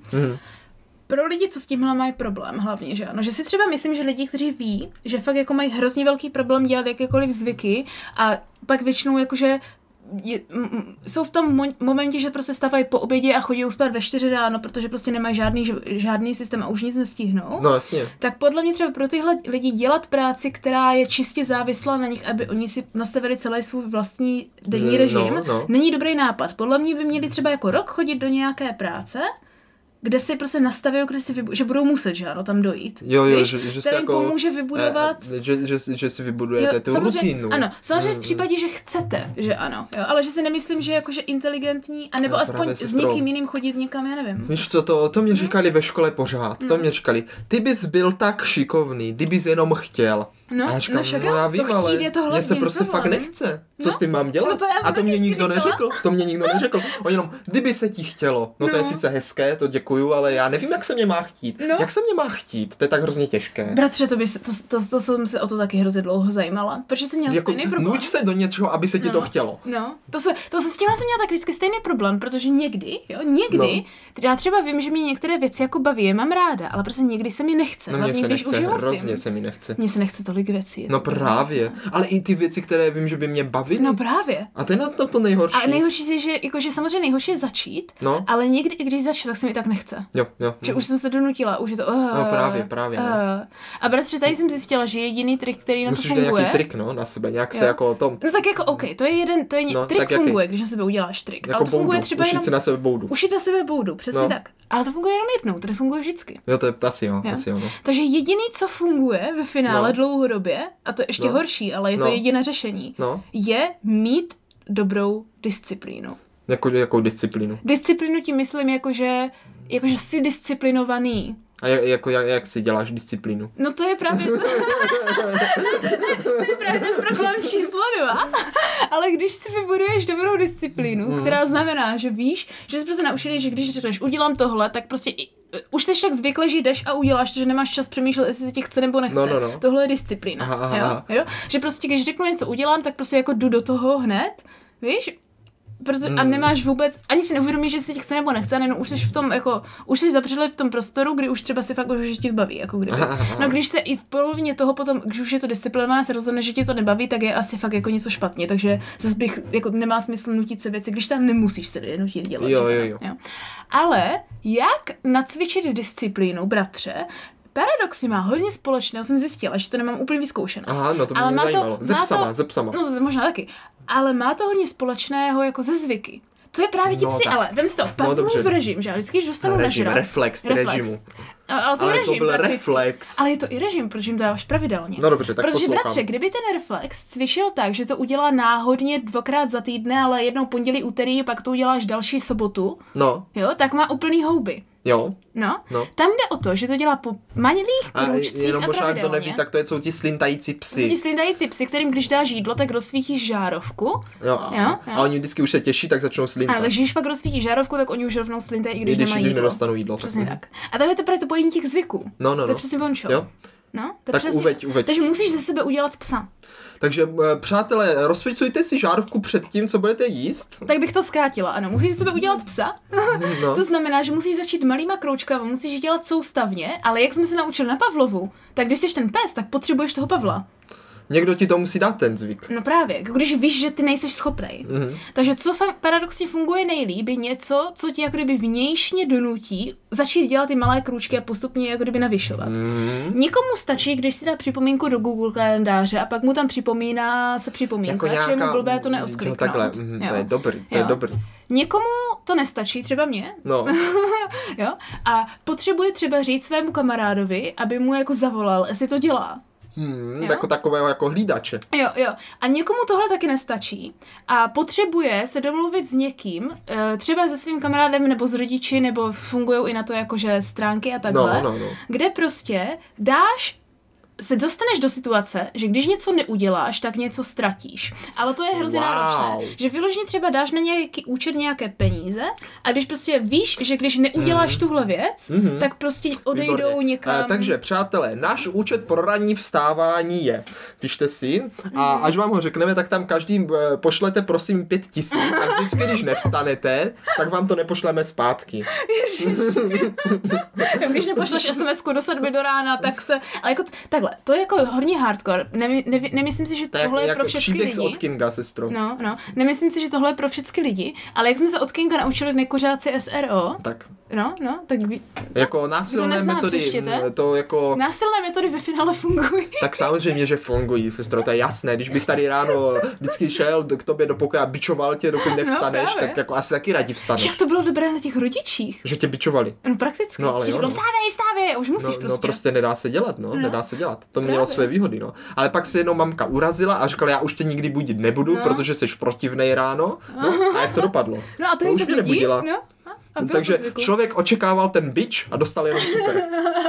[SPEAKER 2] Pro lidi, co s tímhle mají problém hlavně, že ano, že si třeba myslím, že lidi, kteří ví, že fakt jako mají hrozně velký problém dělat jakékoliv zvyky a pak většinou jakože jsou v tom momentě, že prostě stávají po obědě a chodí spát ve 4 ráno, protože prostě nemají žádný systém a už nic nestihnou.
[SPEAKER 1] No jasně.
[SPEAKER 2] Tak podle mě třeba pro tyhle lidi dělat práci, která je čistě závislá na nich, aby oni si nastavili celý svůj vlastní denní režim, není dobrý nápad. Podle mě by měli třeba jako rok chodit do nějaké práce, kde si prostě nastaví, že budou muset, že ano, tam dojít.
[SPEAKER 1] Jo, že se jako
[SPEAKER 2] pomůže vybudovat...
[SPEAKER 1] Že si vybudujete tu rutinu.
[SPEAKER 2] Ano, samozřejmě v případě, že chcete, že ano. Jo, ale že si nemyslím, že jakože inteligentní, anebo aspoň s někým jiným chodit někam, já nevím.
[SPEAKER 1] Víš co, to mě říkali ve škole pořád. To mě říkali, ty bys byl tak šikovný, kdybys jenom chtěl.
[SPEAKER 2] No,
[SPEAKER 1] a já říkám,
[SPEAKER 2] no,
[SPEAKER 1] já vím, ale mně se prostě
[SPEAKER 2] problém.
[SPEAKER 1] fakt nechce. Co s tím mám dělat? A to mě nikdo neřekl. On jenom, kdyby se ti chtělo. No to je sice hezké, to děkuju, ale já nevím, jak se mě má chtít. No. Jak se mě má chtít? To je tak hrozně těžké.
[SPEAKER 2] Bratře, to jsem se o to taky hrozně dlouho zajímala. Protože jsem měla
[SPEAKER 1] jako,
[SPEAKER 2] stejný problém.
[SPEAKER 1] Nuť se do něčeho, aby se ti to chtělo.
[SPEAKER 2] No, to s tím jsem měla tak vždycky stejný problém, protože někdy, já třeba vím, že mě některé věci jako baví, mám ráda, ale prostě někdy se mi nechce.
[SPEAKER 1] No,
[SPEAKER 2] hlavně, když už
[SPEAKER 1] hrozně se mi nechce.
[SPEAKER 2] Mně se nechce tolik věcí.
[SPEAKER 1] No právě. Ale i ty věci, které vím, že by mě bavily.
[SPEAKER 2] No právě.
[SPEAKER 1] A to je na to nejhorší.
[SPEAKER 2] A nejhorší je, že samozřejmě nejhorší je začít, ale někdy, když začnu, tak se mi tak nechce.
[SPEAKER 1] Jo.
[SPEAKER 2] Že už jsem se donutila, už je to.
[SPEAKER 1] No právě.
[SPEAKER 2] A bratře, tady jsem zjistila, že jediný trik, který na to funguje.
[SPEAKER 1] Musíš nějaký trik, na sebe, nějak se jako o tom.
[SPEAKER 2] No tak jako OK, to je trik funguje, když na sebe uděláš trik.
[SPEAKER 1] Jako
[SPEAKER 2] ale to funguje třeba
[SPEAKER 1] ušít si na sebe boudu.
[SPEAKER 2] Ušít na sebe boudu, přesně tak. Ale to funguje jenom jednou, to nefunguje vždycky.
[SPEAKER 1] Jo, to je asi jo.
[SPEAKER 2] Takže jediný, co funguje ve finále dlouhodobě, a to je ještě horší, ale je to jediné řešení, je mít dobrou disciplínu.
[SPEAKER 1] Jakou disciplínu?
[SPEAKER 2] Disciplínu tím myslím jakože jsi disciplinovaný.
[SPEAKER 1] A jak si děláš disciplínu?
[SPEAKER 2] No to je právě to. To je právě ten problém číslo 2. Ale když si vybuduješ dobrou disciplínu, která znamená, že víš, že jsi prostě naučili, že když řekneš udělám tohle, tak prostě už jsi tak zvyklý, že jdeš a uděláš to, že nemáš čas přemýšlet, jestli se ti chce nebo nechce.
[SPEAKER 1] No.
[SPEAKER 2] Tohle je disciplína. Aha. Jo? Že prostě když řeknu něco udělám, tak prostě jako jdu do toho hned, víš? A nemáš vůbec, ani si neuvědomíš, že si tě chce nebo nechce, jenom už jsi v tom, jako, už jsi zapředli v tom prostoru, kdy už třeba si fakt už tě baví, jako kdyby. No když se i v polovině toho potom, když už je to disciplinované, se rozhodne, že tě to nebaví, tak je asi fakt jako něco špatně, takže zase bych, jako nemá smysl nutit se věci, když tam nemusíš se nutit dělat.
[SPEAKER 1] Jo.
[SPEAKER 2] Ale jak nacvičit disciplínu, bratře, paradoxně má hodně společného, jsem zjistila, že to nemám úplně vyzkoušené.
[SPEAKER 1] Aha, no to by mě zajímalo. Ze psama.
[SPEAKER 2] No možná taky. Ale má to hodně společného jako ze zvyky. To je právě ti psi, ale vem si to, Pavlův režim, že vždycky, když dostanu nažrat.
[SPEAKER 1] Reflex režimu.
[SPEAKER 2] Ale to
[SPEAKER 1] byl reflex.
[SPEAKER 2] Ale je to i režim, protože jim dáváš pravidelně.
[SPEAKER 1] No dobře, tak
[SPEAKER 2] protože,
[SPEAKER 1] poslouchám.
[SPEAKER 2] Bratře, kdyby ten reflex cvičil tak, že to udělá náhodně 2krát za týdne, ale jednou pondělí, úterý, pak to uděláš další sobotu, jo, tak má úplný houby.
[SPEAKER 1] Jo.
[SPEAKER 2] No. Tam jde o to, že to dělá po malých krůčcích
[SPEAKER 1] a jenom možná kdo neví, tak to jsou ti slintající psy.
[SPEAKER 2] Jsou ti slintající psy, kterým když dáš jídlo, tak rozsvítíš žárovku.
[SPEAKER 1] Jo. A oni vždycky už se těší, tak začnou slintat.
[SPEAKER 2] A takže když pak rozsvítíš žárovku, tak oni už rovnou slintají, i když nemají jídlo.
[SPEAKER 1] Nedostanou jídlo.
[SPEAKER 2] Přesně tak. A takhle to právě to pojení těch zvyků.
[SPEAKER 1] No.
[SPEAKER 2] To je přesně bončo.
[SPEAKER 1] Jo.
[SPEAKER 2] No,
[SPEAKER 1] tak uveď.
[SPEAKER 2] Takže musíš ze sebe udělat psa.
[SPEAKER 1] Takže přátelé, rozsvícujte si žárovku před tím, co budete jíst.
[SPEAKER 2] Tak bych to zkrátila, ano. Musíš ze sebe udělat psa. To znamená, že musíš začít malýma kroučkama, musíš dělat soustavně, ale jak jsme se naučili na Pavlovu, tak když jsi ten pes, tak potřebuješ toho Pavla.
[SPEAKER 1] Někdo ti to musí dát ten zvyk.
[SPEAKER 2] No právě, když víš, že ty nejseš schopnej. Takže co paradoxně funguje nejlíp, je něco, co ti jako kdyby vnějšně donutí začít dělat ty malé krůčky a postupně jako kdyby navyšovat. Někomu stačí, když si dá připomínku do Google kalendáře a pak mu tam připomíná se připomínka,
[SPEAKER 1] jako
[SPEAKER 2] že mu blbé to neodkliknout.
[SPEAKER 1] Takhle, to je dobrý.
[SPEAKER 2] Někomu to nestačí, třeba mě.
[SPEAKER 1] No.
[SPEAKER 2] Jo? A potřebuje třeba říct svému kamarádovi, aby mu jako zavolal, jestli to dělá.
[SPEAKER 1] Jako takového jako hlídače.
[SPEAKER 2] Jo. A někomu tohle taky nestačí a potřebuje se domluvit s někým, třeba se svým kamarádem nebo s rodiči, nebo fungují i na to jakože stránky a takhle, kde prostě se dostaneš do situace, že když něco neuděláš, tak něco ztratíš. Ale to je hrozně náročné. Že vyloženě třeba dáš na nějaký účet nějaké peníze a když prostě víš, že když neuděláš tuhle věc, tak prostě odejdou někam.
[SPEAKER 1] Takže přátelé, náš účet pro ranní vstávání je, pište si a až vám ho řekneme, tak tam každým pošlete prosím 5 000 a vždycky, když nevstanete, tak vám to nepošleme zpátky.
[SPEAKER 2] Když nepošleš SMS-ku do 7 do rána, tak se... Ale jako takhle, to je jako hodně hardcore. Nemyslím si, že tohle je pro všechny lidi.
[SPEAKER 1] Od Kinga, sestro.
[SPEAKER 2] No. Nemyslím si, že tohle je pro všechny lidi, ale jak jsme se od Kinga naučili nekuřáci SRO,
[SPEAKER 1] tak.
[SPEAKER 2] Tak
[SPEAKER 1] jako násilné metody, to jako...
[SPEAKER 2] Násilné metody ve finále fungují.
[SPEAKER 1] Tak samozřejmě, že fungují, sestro, to je jasné. Když bych tady ráno vždycky šel k tobě do pokoje a bičoval tě, dokud nevstaneš, tak jako asi taky rádi vstaneš.
[SPEAKER 2] Jak to bylo dobré na těch rodičích?
[SPEAKER 1] Že tě bičovali.
[SPEAKER 2] No prakticky.
[SPEAKER 1] No ale jo.
[SPEAKER 2] Vstávej, už musíš prostě.
[SPEAKER 1] No prostě nedá se dělat, nedá se dělat. To mělo své výhody, Ale pak se jenom mamka urazila a říkala, já už tě nikdy budit nebudu, protože jsi protivnej ráno. A jak to dopadlo?
[SPEAKER 2] No a to
[SPEAKER 1] už mě nebudila. Takže člověk očekával ten bič a dostal jenom cukr.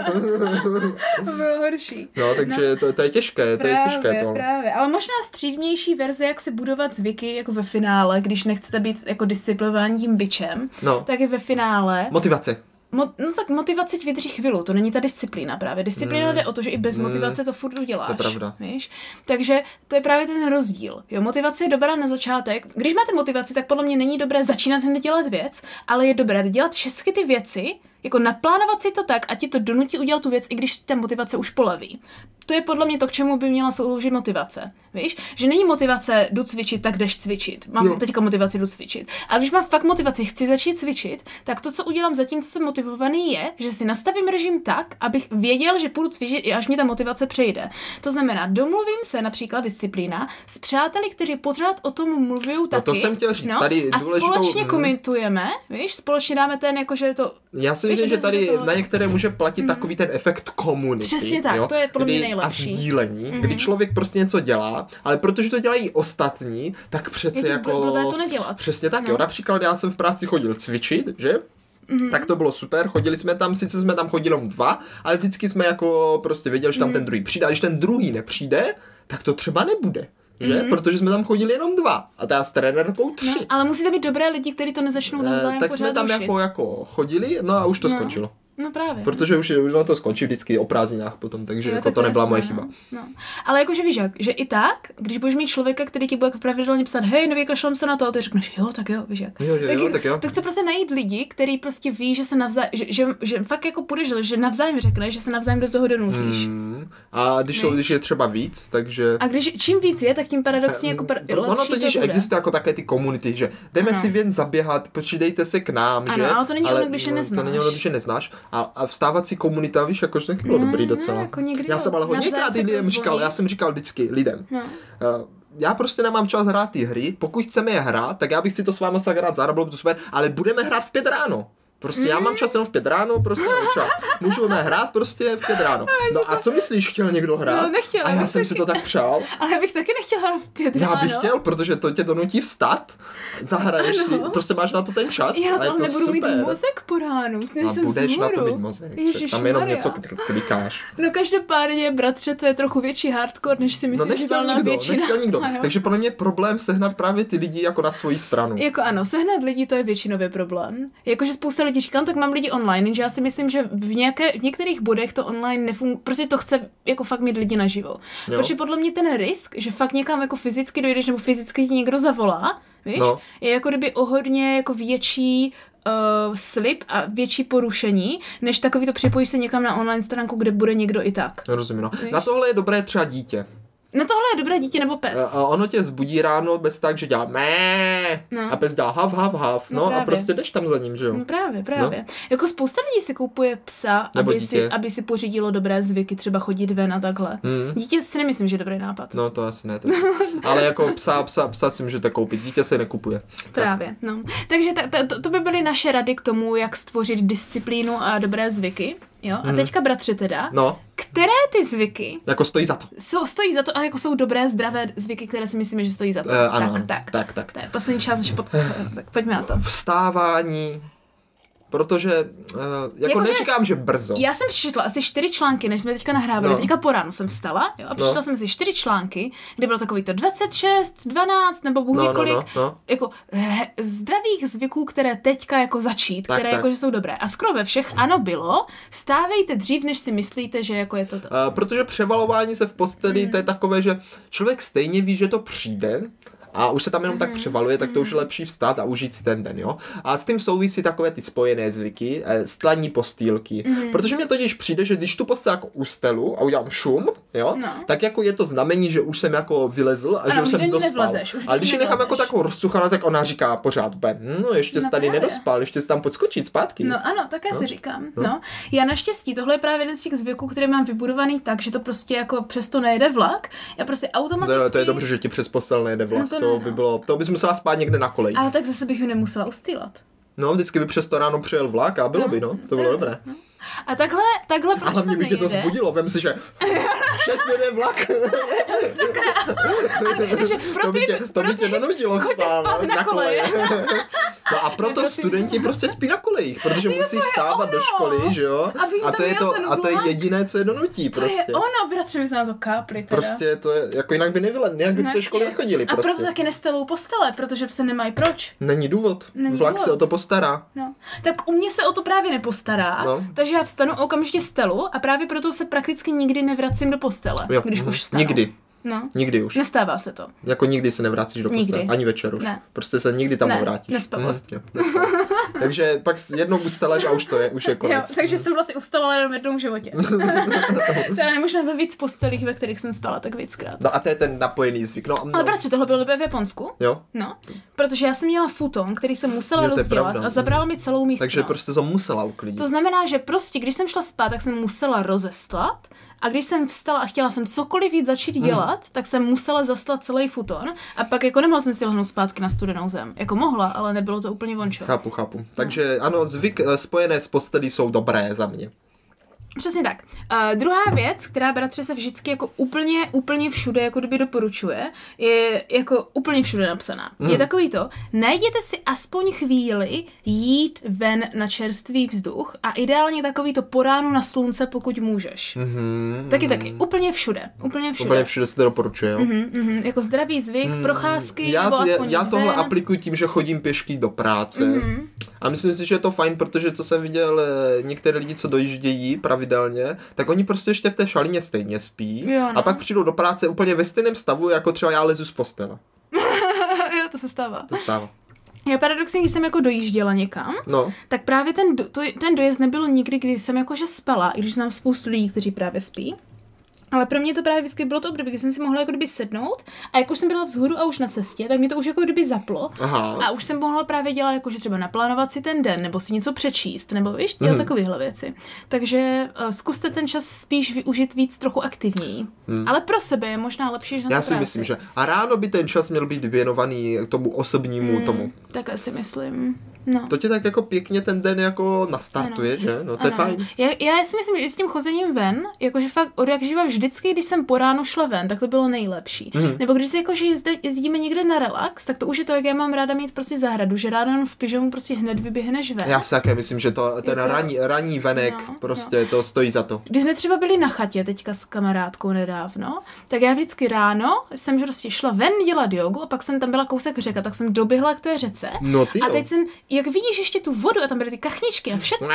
[SPEAKER 2] Bylo horší.
[SPEAKER 1] No, takže to je těžké,
[SPEAKER 2] Právě. Ale možná střídnější verze, jak si budovat zvyky jako ve finále, když nechcete být jako disciplinovaní tím bičem, tak je ve finále...
[SPEAKER 1] Motivace.
[SPEAKER 2] No tak motivace ti vydrží chvilu, to není ta disciplína právě. Disciplína jde o to, že i bez motivace to furt uděláš.
[SPEAKER 1] To je pravda.
[SPEAKER 2] Víš? Takže to je právě ten rozdíl. Jo, motivace je dobrá na začátek. Když máte motivaci, tak podle mě není dobré začínat hned dělat věc, ale je dobré dělat všechny ty věci, jako naplánovat si to tak, a ti to donutí udělat tu věc, i když ta motivace už poleví. To je podle mě to, k čemu by měla sloužit motivace. Víš? Že není motivace jdu cvičit, tak jdeš cvičit. Mám teďka motivaci jdu cvičit. Ale když mám fakt motivaci, chci začít cvičit, tak to, co udělám zatím, co jsem motivovaný, je, že si nastavím režim tak, abych věděl, že půjdu cvičit, i až mi ta motivace přejde. To znamená, domluvím se například disciplína s přáteli, kteří pořád o tom mluví taky.
[SPEAKER 1] To jsem chtěl říct. Tady
[SPEAKER 2] a společně komentujeme, víš? Společně dáme ten, jakože to.
[SPEAKER 1] Já si myslím, že tady na některé může platit takový ten efekt komunity.
[SPEAKER 2] Přesně tak, to je pro mě nejlepší.
[SPEAKER 1] A sdílení, kdy člověk prostě něco dělá, ale protože to dělají ostatní, tak přece jako...
[SPEAKER 2] to nedělat.
[SPEAKER 1] Přesně tak, jo. Například já jsem v práci chodil cvičit, že? Tak to bylo super, chodili jsme tam, sice jsme tam chodili jenom 2, ale vždycky jsme jako prostě věděli, že tam ten druhý přijde, a když ten druhý nepřijde, tak to třeba nebude. Že? Protože jsme tam chodili jenom 2 a já s trenérkou 3.
[SPEAKER 2] No, ale musíte mít dobré lidi, kteří to nezačnou navzájem
[SPEAKER 1] tak jsme tam jako chodili, no a už to skončilo.
[SPEAKER 2] No právě.
[SPEAKER 1] Protože už to skončí vždycky o prázdninách potom, takže jako to nebyla moje chyba.
[SPEAKER 2] No. Ale jakože víš jak, že i tak, když budeš mít člověka, který ti bude jako pravidelně psát, hej, nevykašlám se na to, a ty řekneš, jo, tak jo, víš jak.
[SPEAKER 1] Tak jo.
[SPEAKER 2] Tak chce prostě najít lidi, který prostě ví, že se navzájem, že fakt jako půjdeš, že navzájem řekneš, že se navzájem do toho donutíš.
[SPEAKER 1] A když je třeba víc, takže...
[SPEAKER 2] A když čím víc je, tak tím paradoxně jako
[SPEAKER 1] ono totiž existuje jako také ty komunity, že jdeme si ven zaběhat, přidejte se k nám, že?
[SPEAKER 2] Ale to není ono, když je neznáš.
[SPEAKER 1] To není ono, když je neznáš. A vstávat si komunita, víš, jakože taky bylo dobrý docela.
[SPEAKER 2] Jako
[SPEAKER 1] já jsem ale hodněkrát lidem říkal, já jsem říkal vždycky lidem, já prostě nemám čas hrát ty hry, pokud chceme je hrát, tak já bych si to s váma tak hrát zároveň, bylo by to super, ale budeme hrát v 5 ráno. Prostě já mám čas jenom v 5 ráno, prostě můžeme hrát prostě v 5 ráno. No a co myslíš, chtěl někdo hrát?
[SPEAKER 2] No, nechtěl.
[SPEAKER 1] A já jsem si to tak přál.
[SPEAKER 2] Ale bych taky nechtěl hrát v 5 ráno.
[SPEAKER 1] Já bych chtěl, protože to tě donutí vstát, zahraješ si, prostě máš na to ten čas.
[SPEAKER 2] Já na to nebudu
[SPEAKER 1] super.
[SPEAKER 2] Mít mozek po ránu.
[SPEAKER 1] A budeš na to mít mozek, tam jenom něco klikáš.
[SPEAKER 2] No každopádně, bratře, to je trochu větší hardcore, než si myslím, že valná většina.
[SPEAKER 1] Nechtěl nikdo. Takže podle mě problém sehnat právě ty lidi jako na svoji stranu.
[SPEAKER 2] Jako ano, sehnat lidi, to je většinově problém. Jakože spousta lidí říkám, tak mám lidi online, že já si myslím, že v některých bodech to online nefunguje, prostě to chce jako fakt mít lidi naživo. Protože podle mě ten risk, že fakt někam jako fyzicky dojdeš nebo fyzicky ti někdo zavolá, víš, je jako kdyby o hodně jako větší slib a větší porušení, než takový to připojíš se někam na online stránku, kde bude někdo i tak.
[SPEAKER 1] Rozumím, no. Na tohle je dobré třeba dítě.
[SPEAKER 2] Na tohle je dobré dítě nebo pes.
[SPEAKER 1] A ono tě zbudí ráno bez tak, že dělá mé a pes dělá hav, hav, hav. No a prostě jdeš tam za ním, že jo?
[SPEAKER 2] No právě. No. Jako spousta lidí si kupuje psa, aby si pořídilo dobré zvyky, třeba chodit ven a takhle. Dítě si nemyslím, že je dobrý nápad.
[SPEAKER 1] No to asi ne. Ale jako psa si můžete koupit, dítě se nekupuje.
[SPEAKER 2] Právě, no. Takže to by byly naše rady k tomu, jak stvořit disciplínu a dobré zvyky. Jo? A teďka, bratře, teda, které ty zvyky
[SPEAKER 1] jako stojí za to.
[SPEAKER 2] Stojí za to a jako jsou dobré, zdravé zvyky, které si myslíme, že stojí za to.
[SPEAKER 1] Ano, tak.
[SPEAKER 2] To je poslední část naše tak pojďme na to.
[SPEAKER 1] Vstávání, protože jako neříkám, že brzo.
[SPEAKER 2] Já jsem přečetla asi 4 články, než jsme teďka nahrávali. Teďka po ránu jsem vstala, jo, a přečetla jsem si 4 články, kde bylo takový to 26, 12 nebo bůh ví kolik jako zdravých zvyků, které teďka jako začít, které jako že jsou dobré. A skoro ve všech ano bylo, vstávejte dřív, než si myslíte, že jako je to.
[SPEAKER 1] Protože převalování se v posteli, to je takové, že člověk stejně ví, že to přijde, a už se tam jenom tak převaluje, tak to už je lepší vstát a užít si ten den, jo. A s tím souvisí takové ty spojené zvyky, stlaní postýlky, protože mě totiž přijde, že když tu postel jako ustelu a udělám šum, jo, tak jako je to znamení, že už jsem jako vylezl a že už jsem dospal. Ale když ji nechám jako takovou rozcuchanou, tak ona říká pořád, ještě jsi tady nedospal, ještě si tam podskočit zpátky.
[SPEAKER 2] No ano, také si říkám. No. Já naštěstí, tohle je právě jeden z těch zvyků, který mám vybudovaný tak, že to prostě jako přesto nejede vlak. Já prostě automaticky.
[SPEAKER 1] To je dobře, že ti přes postel nejede vlak. To bys musela spát někde na koleji.
[SPEAKER 2] Ale tak zase bych ho nemusela ustýlat.
[SPEAKER 1] No, vždycky by přes to ráno přijel vlak a bylo by, to bylo dobré.
[SPEAKER 2] No. A takhle proč
[SPEAKER 1] ale mě by tě to zbudilo, vem si, že 6 jede vlak. To by tě donutilo vstávat na koleje. No a proto studenti prostě spí na kolejích, protože musí vstávat do školy, že jo? A to je jediné, co je donutí prostě.
[SPEAKER 2] To je ono, bratře, my jsme na to kápli teda.
[SPEAKER 1] Prostě to je, jako jinak by do té školy nechodili prostě.
[SPEAKER 2] A proto taky nestelou postele, protože se nemají proč.
[SPEAKER 1] Není důvod. Vlak se o to postará.
[SPEAKER 2] No. Tak u mě se o to právě nepostará, takže já vstanu okamžitě stelu a právě proto se prakticky nikdy nevracím do postele, když už vstanu.
[SPEAKER 1] Nikdy.
[SPEAKER 2] No.
[SPEAKER 1] Nikdy už.
[SPEAKER 2] Nestává se to.
[SPEAKER 1] Jako nikdy se nevracíš do postele. Ani večer už. Ne. Prostě se nikdy tam nevrátíš.
[SPEAKER 2] Nespavost.
[SPEAKER 1] Takže pak jednou ustaleš a už je konec.
[SPEAKER 2] Jo, takže jsem vlastně ustala jenom jednou v životě. Teda nemožná ve víc postelích, ve kterých jsem spala tak víckrát.
[SPEAKER 1] No a to je ten napojený zvyk. No.
[SPEAKER 2] Ale bratře, tohle bylo v Japonsku.
[SPEAKER 1] Jo?
[SPEAKER 2] No, protože já jsem měla futon, který jsem musela rozdělat a zabral mi celou místnost.
[SPEAKER 1] Takže prostě jsem musela uklidit.
[SPEAKER 2] To znamená, že prostě, když jsem šla spát, tak jsem musela rozestlat. A když jsem vstala a chtěla jsem cokoliv víc začít dělat, tak jsem musela zaslat celý futon a pak jako nemohla jsem si lehnout zpátky na studenou zem. Jako mohla, ale nebylo to úplně vončo.
[SPEAKER 1] Chápu. Takže ano, zvyk spojené s postelí jsou dobré za mě.
[SPEAKER 2] Přesně tak. Druhá věc, která bratře se vždycky jako úplně všude jako kdyby doporučuje, je jako úplně všude napsaná. Je takový to, najděte si aspoň chvíli jít ven na čerstvý vzduch a ideálně takový to po ránu na slunce, pokud můžeš. Taky. Úplně všude. Úplně
[SPEAKER 1] všude se to doporučuje, jo?
[SPEAKER 2] Jako zdravý zvyk, procházky, nebo aspoň
[SPEAKER 1] já tohle aplikuji tím, že chodím pěšky do práce. A myslím si, že je to fajn, protože to jsem viděl některé lidi, co dojíždějí pravidelně, tak oni prostě ještě v té šalině stejně spí.
[SPEAKER 2] Jo, no.
[SPEAKER 1] A pak přijdou do práce úplně ve stejném stavu, jako třeba já lezu z postele.
[SPEAKER 2] Jo, to se stává.
[SPEAKER 1] To stává.
[SPEAKER 2] Já paradoxně, když jsem jako dojížděla někam, tak právě ten dojezd nebylo nikdy, kdy jsem jakože spala, i když znám spoustu lidí, kteří právě spí. Ale pro mě to právě vždycky bylo to období, kdy jsem si mohla jako kdyby sednout a jak už jsem byla vzhůru a už na cestě, tak mě to už jako kdyby zaplo.
[SPEAKER 1] Aha.
[SPEAKER 2] A už jsem mohla právě dělat jakože třeba naplánovat si ten den, nebo si něco přečíst, nebo víš, dělat takovéhle věci. Takže zkuste ten čas spíš využít víc trochu aktivněji. Ale pro sebe je možná lepší, než na
[SPEAKER 1] Já si myslím, že a ráno by ten čas měl být věnovaný tomu osobnímu tomu.
[SPEAKER 2] Takhle si myslím. No.
[SPEAKER 1] To ti tak jako pěkně ten den jako nastartuje, že? No to je fajn.
[SPEAKER 2] Já si myslím, že i s tím chozením ven, jakože fakt od jak živa vždycky, když jsem po ránu šla ven, tak to bylo nejlepší. Nebo když si jakože jezdíme někde na relax, tak to už je to, jak já mám ráda mít prostě zahradu, že ráda v pyžamu prostě hned vyběhneš ven.
[SPEAKER 1] Já si také myslím, že ten ranní venek prostě to stojí za to.
[SPEAKER 2] Když jsme třeba byli na chatě teďka s kamarádkou nedávno, tak já vždycky ráno jsem prostě šla ven dělat jogu a pak jsem tam byla kousek řeka, tak jsem doběhla k té řece.
[SPEAKER 1] No ty
[SPEAKER 2] a teď jsem, jak vidíš ještě tu vodu a tam byly ty kachničky a všecko.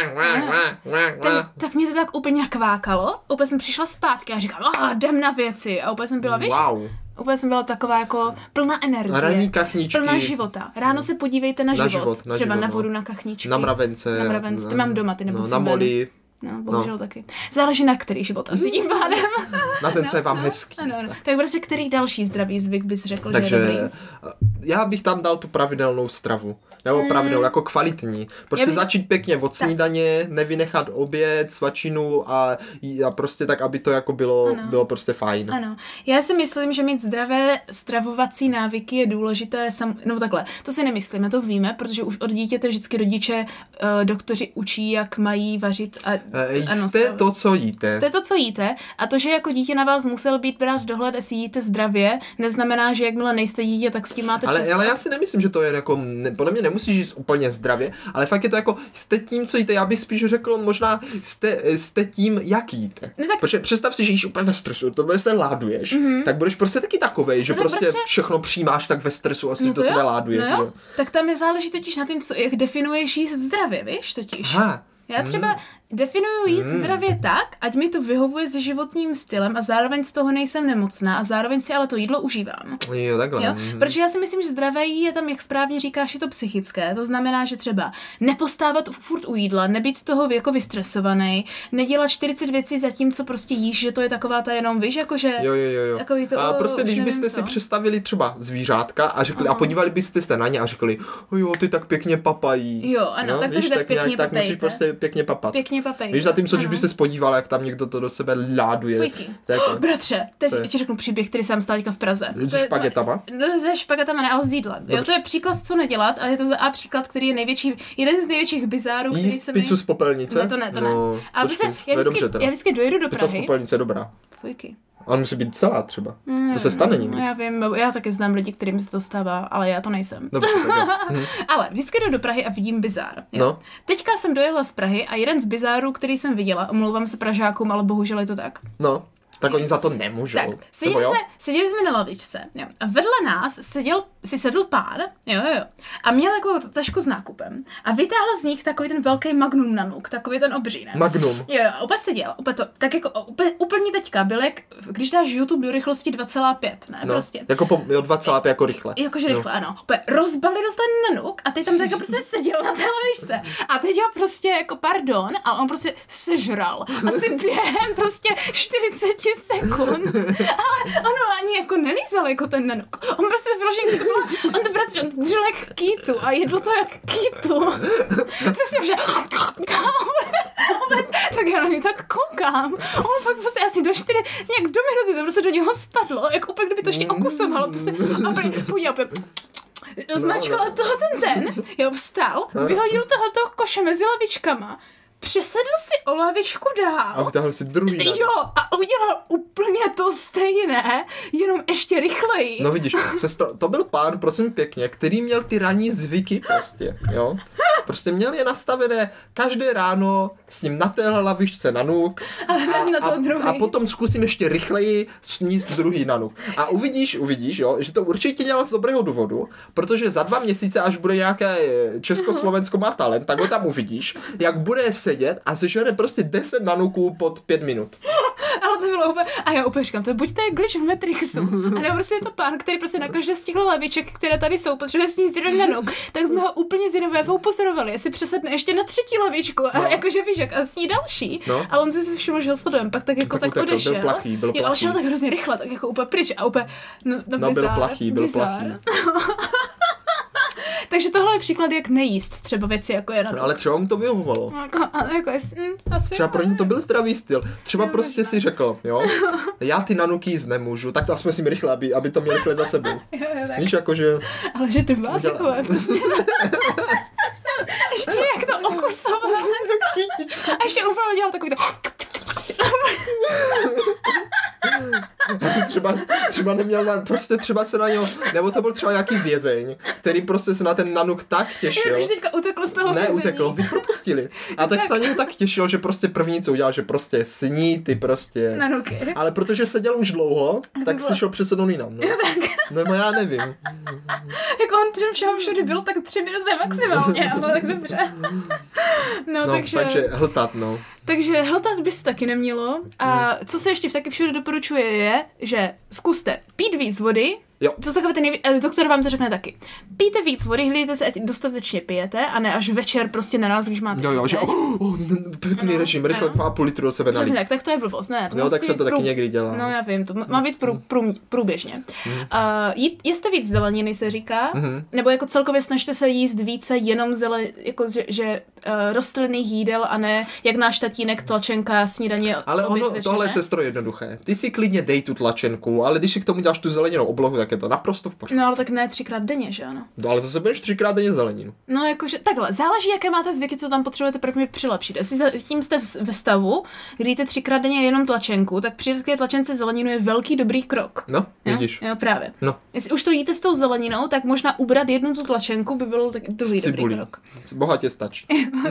[SPEAKER 2] Tak mě to tak úplně nakvákalo. Úplně jsem přišla zpátky a říkala, jdem na věci. A úplně jsem byla, víš?
[SPEAKER 1] Wow.
[SPEAKER 2] Úplně jsem byla taková jako plná energie.
[SPEAKER 1] Ranní kachničky.
[SPEAKER 2] Plná života. Ráno se podívejte na život. Třeba na vodu, na kachničky.
[SPEAKER 1] Na mravence.
[SPEAKER 2] Ty mám doma, ty nemusím.
[SPEAKER 1] Na moli.
[SPEAKER 2] No, bohužel taky. Záleží na který život asi tím pádem.
[SPEAKER 1] Na ten, co je vám hezký.
[SPEAKER 2] No. Tak prostě který další zdravý zvyk bys řekl,
[SPEAKER 1] takže,
[SPEAKER 2] že je dobrý?
[SPEAKER 1] Já bych tam dal tu pravidelnou stravu. Nebo pravidelnou, jako kvalitní. Prostě začít pěkně od snídaně, nevynechat oběd, svačinu a prostě tak, aby to jako bylo prostě fajn.
[SPEAKER 2] Ano. Já si myslím, že mít zdravé stravovací návyky je důležité, no takhle, to si nemyslíme, to víme, protože už od dítěte vždycky rodiče, doktoři učí, jak mají vařit
[SPEAKER 1] jste to, co jíte.
[SPEAKER 2] Jste to, co jíte a to, že jako dítě na vás musel být brát dohled, jestli jíte zdravě, neznamená, že jakmile nejste dítě, tak s tím máte přestat.
[SPEAKER 1] Ale já si nemyslím, že to je jako, podle mě nemusíš jíst úplně zdravě, ale fakt je to jako, jste tím, co jíte, já bych spíš řekl, možná jste tím, jak jíte.
[SPEAKER 2] No tak...
[SPEAKER 1] Protože představ si, že jíš úplně ve stresu, to bude se láduješ, tak budeš prostě taky takovej, že prostě všechno přijímáš tak ve stresu a si to tebe láduješ.
[SPEAKER 2] No jo. Tak tam je záleží totiž na tím, jak definuješ jíst zdravě, víš, totiž.
[SPEAKER 1] Aha.
[SPEAKER 2] Já třeba definuju jíst zdravě tak, ať mi to vyhovuje se životním stylem a zároveň z toho nejsem nemocná a zároveň si ale to jídlo užívám.
[SPEAKER 1] Jo, takhle.
[SPEAKER 2] Jo? Protože já si myslím, že zdravé je tam, jak správně říkáš, je to psychické. To znamená, že třeba nepostávat furt u jídla, nebýt z toho jako vystresovaný, nedělat 40 věcí za tím, co prostě jíš, že to je taková ta jenom, víš, jakože...
[SPEAKER 1] Jo.
[SPEAKER 2] Takový to,
[SPEAKER 1] a prostě, když byste si představili třeba zvířátka a řekli, a podívali byste se na ně a řekli, jo, ty tak pěkně papají.
[SPEAKER 2] Jo, ano, tak to tak pěkně
[SPEAKER 1] tak musíš prostě pěkně papat.
[SPEAKER 2] Pěkně hodně papejky.
[SPEAKER 1] Víš, zatímco, když by se podívala, jak tam někdo to do sebe láduje.
[SPEAKER 2] Bratře, teď ti řeknu příběh, který jsem stál v Praze.
[SPEAKER 1] Se špagetama?
[SPEAKER 2] Se špagetama, ne, ale s jídlem. Jo, to je příklad, co nedělat, ale je to za příklad, který je jeden z největších bizárů, který se mi...
[SPEAKER 1] pizzu z popelnice?
[SPEAKER 2] Ne, to ne. Ale prostě, já vždycky dojedu do Prahy.
[SPEAKER 1] Pizza z popelnice je dobrá.
[SPEAKER 2] Fujky.
[SPEAKER 1] Ale musí být celá třeba. To se stane někdy.
[SPEAKER 2] Já vím, já taky znám lidi, kterým se to stává, ale já to nejsem.
[SPEAKER 1] Dobře,
[SPEAKER 2] Ale vždycky jdu do Prahy a vidím bizár. Jo.
[SPEAKER 1] No.
[SPEAKER 2] Teďka jsem dojela z Prahy a jeden z bizárů, který jsem viděla, omlouvám se Pražákům, ale bohužel je to tak.
[SPEAKER 1] No. Tak oni za to nemůžou.
[SPEAKER 2] Tak, seděli jsme na lavičce, jo. A vedle nás sedl pán, jo, a měl jako tašku s nákupem a vytáhl z nich takový ten velký magnum nanuk, takový ten obří, ne?
[SPEAKER 1] Magnum.
[SPEAKER 2] Jo, úplně seděl, úplně to, tak jako úplně teďka byl jak, když dáš YouTube do rychlosti 2,5, ne,
[SPEAKER 1] no,
[SPEAKER 2] prostě.
[SPEAKER 1] Jako 2,5 jako rychle.
[SPEAKER 2] Jakože rychle, ano. Úplně rozbalil ten nanuk a teď tam tak prostě seděl na té lavičce a teď ho prostě jako pardon, ale on prostě sežral. Asi během prostě 40 sekund, ale ono ani jako nelízal jako ten nanuk. On prostě vyložený, on držel jak kýtu a jedlo to jak kýtu. Prostě, že tak já na něj tak koukám. On fakt prostě asi do 4, nějak do minuty to prostě do něho spadlo, jako úplně kdyby to ještě okusoval, prostě podíval, zmačkal toho ten, jo, vstal, vyhodil toho koše mezi lavičkama, přesedl si o lavičku dál.
[SPEAKER 1] A vtáhl si druhý.
[SPEAKER 2] Jo, a udělal úplně to stejné, jenom ještě rychleji.
[SPEAKER 1] No vidíš, to byl pán, prosím pěkně, který měl ty ranní zvyky prostě, jo. Prostě měl je nastavené každé ráno s ním na téhle lavičce nanuk a potom zkusím ještě rychleji sníst druhý nanuk. A uvidíš, jo, že to určitě dělal z dobrého důvodu, protože za 2 měsíce, až bude nějaké Československo má talent, tak ho tam uvidíš, jak bude sedět a sežere prostě 10 nanuků pod 5 minut.
[SPEAKER 2] Ale to bylo úplně, a já úplně říkám, buď to je glitch v Matrixu, a nebo prostě je to pán, který prostě na každé z těch laviček, které tady jsou, potřebuje sníst jeden nanuk, tak jsme ho úplně zinového pozorovali, jestli přesedne ještě na 3. lavičku a jakože víš, jak a sní další, ale on si všiml, že ho sledujeme, pak tak jako tak odešel.
[SPEAKER 1] Byl plachý.
[SPEAKER 2] Jo, ale šel tak hrozně rychle, tak jako úplně pryč a úplně,
[SPEAKER 1] byl plachý.
[SPEAKER 2] Takže tohle je příklad, jak nejíst třeba věci, jako je na to.
[SPEAKER 1] No, ale třeba mu to vyhovovalo.
[SPEAKER 2] Asi
[SPEAKER 1] třeba pro ně to byl zdravý styl. Třeba prostě si řekl, jo, já ty nanuky jíst nemůžu, tak to aspoň si mi rychle, aby to měl rychle za sebou. Víš, jakože...
[SPEAKER 2] Ale že 2 takové prostě. Ještě jak to okusoval. A ještě úplně dělal takový to...
[SPEAKER 1] třeba neměl třeba se na něho, nebo to byl třeba nějaký vězeň, který prostě se na ten nanuk tak těšil.
[SPEAKER 2] Už teďka utekl z toho vězení.
[SPEAKER 1] Utekl, vy propustili. A tak se na něho tak těšil, že prostě první, co udělal, že prostě sní ty prostě.
[SPEAKER 2] Nanuky.
[SPEAKER 1] Ale protože seděl už dlouho, tak si šel přesunout jinam. No. Nebo já nevím.
[SPEAKER 2] Jako on všude bylo tak 3 minuty maximálně, ale tak dobře. No,
[SPEAKER 1] takže hltat, no.
[SPEAKER 2] Takže hltat by se taky nemělo. A co se ještě taky všude doporučuje je, že zkuste pít víc vody.
[SPEAKER 1] Jo.
[SPEAKER 2] To takové doktor vám to řekne taky. Pijte víc vody, hlídejte se, ať dostatečně pijete a ne až večer prostě naraz, když máte.
[SPEAKER 1] Jo, že pitný režim, rychle 2,5 litru do sebe nalít.
[SPEAKER 2] Tak to je blbost, ne?
[SPEAKER 1] Jo, tak jsem to taky někdy dělal.
[SPEAKER 2] No já vím, to má být průběžně. Jeste víc zeleniny, se říká, nebo jako celkově snažte se jíst více jenom jako že rostlinných jídel a ne jak náš tatínek tlačenka, snídaně,
[SPEAKER 1] ale
[SPEAKER 2] oběd,
[SPEAKER 1] ono, tohle je sestro jednoduché. Ty si klidně dej tu tlačenku, ale když si k tomu děláš tu zeleninou oblohu, tak je to naprosto v pořádku.
[SPEAKER 2] No ale tak ne 3krát denně, že ano?
[SPEAKER 1] No ale zase budeš 3krát denně zeleninu.
[SPEAKER 2] No jakože takhle, záleží, jaké máte zvyky, co tam potřebujete prvně přilepšit. Jestli tím jste ve stavu, kdy jíte 3krát denně jenom tlačenku, tak přidat k tlačence zeleninu je velký dobrý krok.
[SPEAKER 1] No, vidíš.
[SPEAKER 2] Jo, právě.
[SPEAKER 1] No.
[SPEAKER 2] Jestli už to jíte s tou zeleninou, tak možná ubrat jednu tu tlačenku by byl tak druhý dobrý krok.
[SPEAKER 1] Bohatě stačí.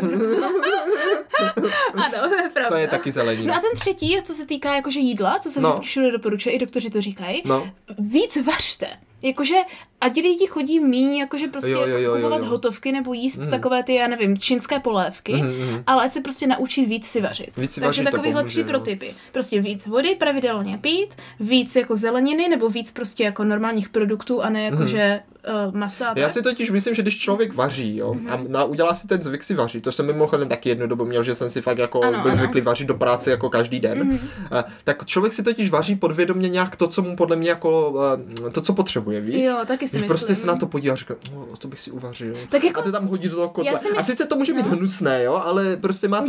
[SPEAKER 2] Ano, to je pravda.
[SPEAKER 1] To je taky zelenina.
[SPEAKER 2] No a ten třetí, co se týká jakože jídla, co se vždycky všude doporučuje, i doktoři to říkají, víc vařte. Jakože, ať lidi chodí míň, jakože prostě kupovat hotovky nebo jíst takové ty, já nevím, čínské polévky, ale ať se prostě naučí víc si vařit. Takže takovýhle 3 protypy. Prostě víc vody pravidelně pít, víc jako zeleniny nebo víc prostě jako normálních produktů a ne jakože masa.
[SPEAKER 1] Já si totiž myslím, že když člověk vaří, jo, a udělá si ten zvyk si vařit, to jsem mimochodem taky jednu dobu měl, že jsem si fakt jako byl zvyklý vařit do práce jako každý den, tak člověk si totiž vaří podvědomě nějak to, co mu podle mě jako, to, co potřebuje, víš?
[SPEAKER 2] Jo, taky si myslím.
[SPEAKER 1] Prostě se na to podívá a říká, to bych si uvařil.
[SPEAKER 2] Tak jako,
[SPEAKER 1] a to tam hodí do toho kotle. A sice to může být hnusné, jo, ale prostě má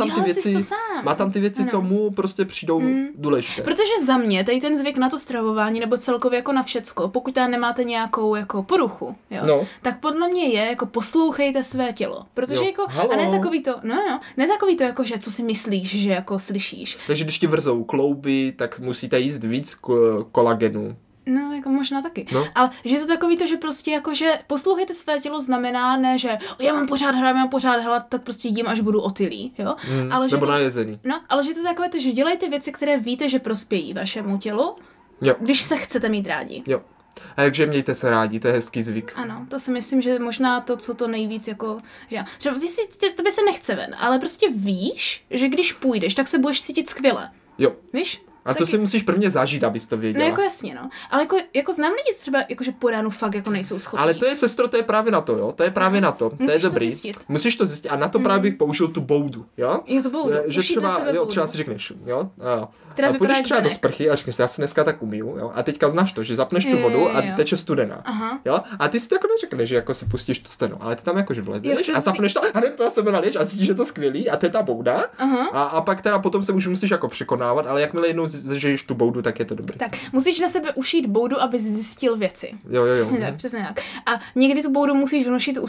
[SPEAKER 1] tam ty věci, co mu prostě přijdou důležité.
[SPEAKER 2] Protože za mě tady ten zvyk na to stravování nebo celkově jako na všecko, pokud tam nemáte nějakou jako poruchu, jo, tak podle mě je jako poslouchejte své tělo, protože jako a ne takový to jako že co si myslíš, že jako slyšíš.
[SPEAKER 1] Takže když ti vrzou klouby, tak musíte jíst víc kolagenu.
[SPEAKER 2] No, jako možná taky. No. Ale že je to takový to, že prostě jako, že poslouchejte své tělo znamená, ne, že já mám pořád hlad, tak prostě jím, až budu otylý, jo? Ale
[SPEAKER 1] nebo najezený.
[SPEAKER 2] No, ale že je to takové to, že dělejte věci, které víte, že prospějí vašemu tělu, když se chcete mít rádi.
[SPEAKER 1] Jo. A takže mějte se rádi, to je hezký zvyk.
[SPEAKER 2] Ano, to si myslím, že možná to, co to nejvíc jako, že třeba to by se nechce ven, ale prostě víš, že když půjdeš, tak se budeš cítit skvěle.
[SPEAKER 1] Jo.
[SPEAKER 2] Víš?
[SPEAKER 1] A to si musíš prvně zažít, abys to věděla.
[SPEAKER 2] No jako jasně, no. Ale jako znám lidi třeba, jakože po ránu fakt jako nejsou schopní.
[SPEAKER 1] Ale to je, sestro, to je právě na to, jo. To je právě na to.
[SPEAKER 2] Musíš
[SPEAKER 1] to je dobrý.
[SPEAKER 2] To zjistit.
[SPEAKER 1] Musíš to zjistit. A na to právě bych použil tu boudu, jo.
[SPEAKER 2] Je to boudu.
[SPEAKER 1] Že třeba si řekneš, jo.
[SPEAKER 2] A
[SPEAKER 1] půjdeš třeba do sprchy a řekneš, já se dneska tak umiju, jo. A teďka znáš to, že zapneš tu vodu a teče studená.
[SPEAKER 2] Aha.
[SPEAKER 1] Jo. A ty si to jako neřekneš, že jako si pustíš tu studenou, ale ty tam jakože vlezeš a zapneš to a hned to na sebe naliješ a cítíš, že to skvělý a to je ta bouda. A pak teda potom se už musíš jako překonávat, ale jakmile jednou zažiješ tu boudu, tak je to dobré.
[SPEAKER 2] Tak, musíš na sebe ušít boudu, aby zjistil věci.
[SPEAKER 1] Jo.
[SPEAKER 2] Přesně tak. A někdy tu boudu musíš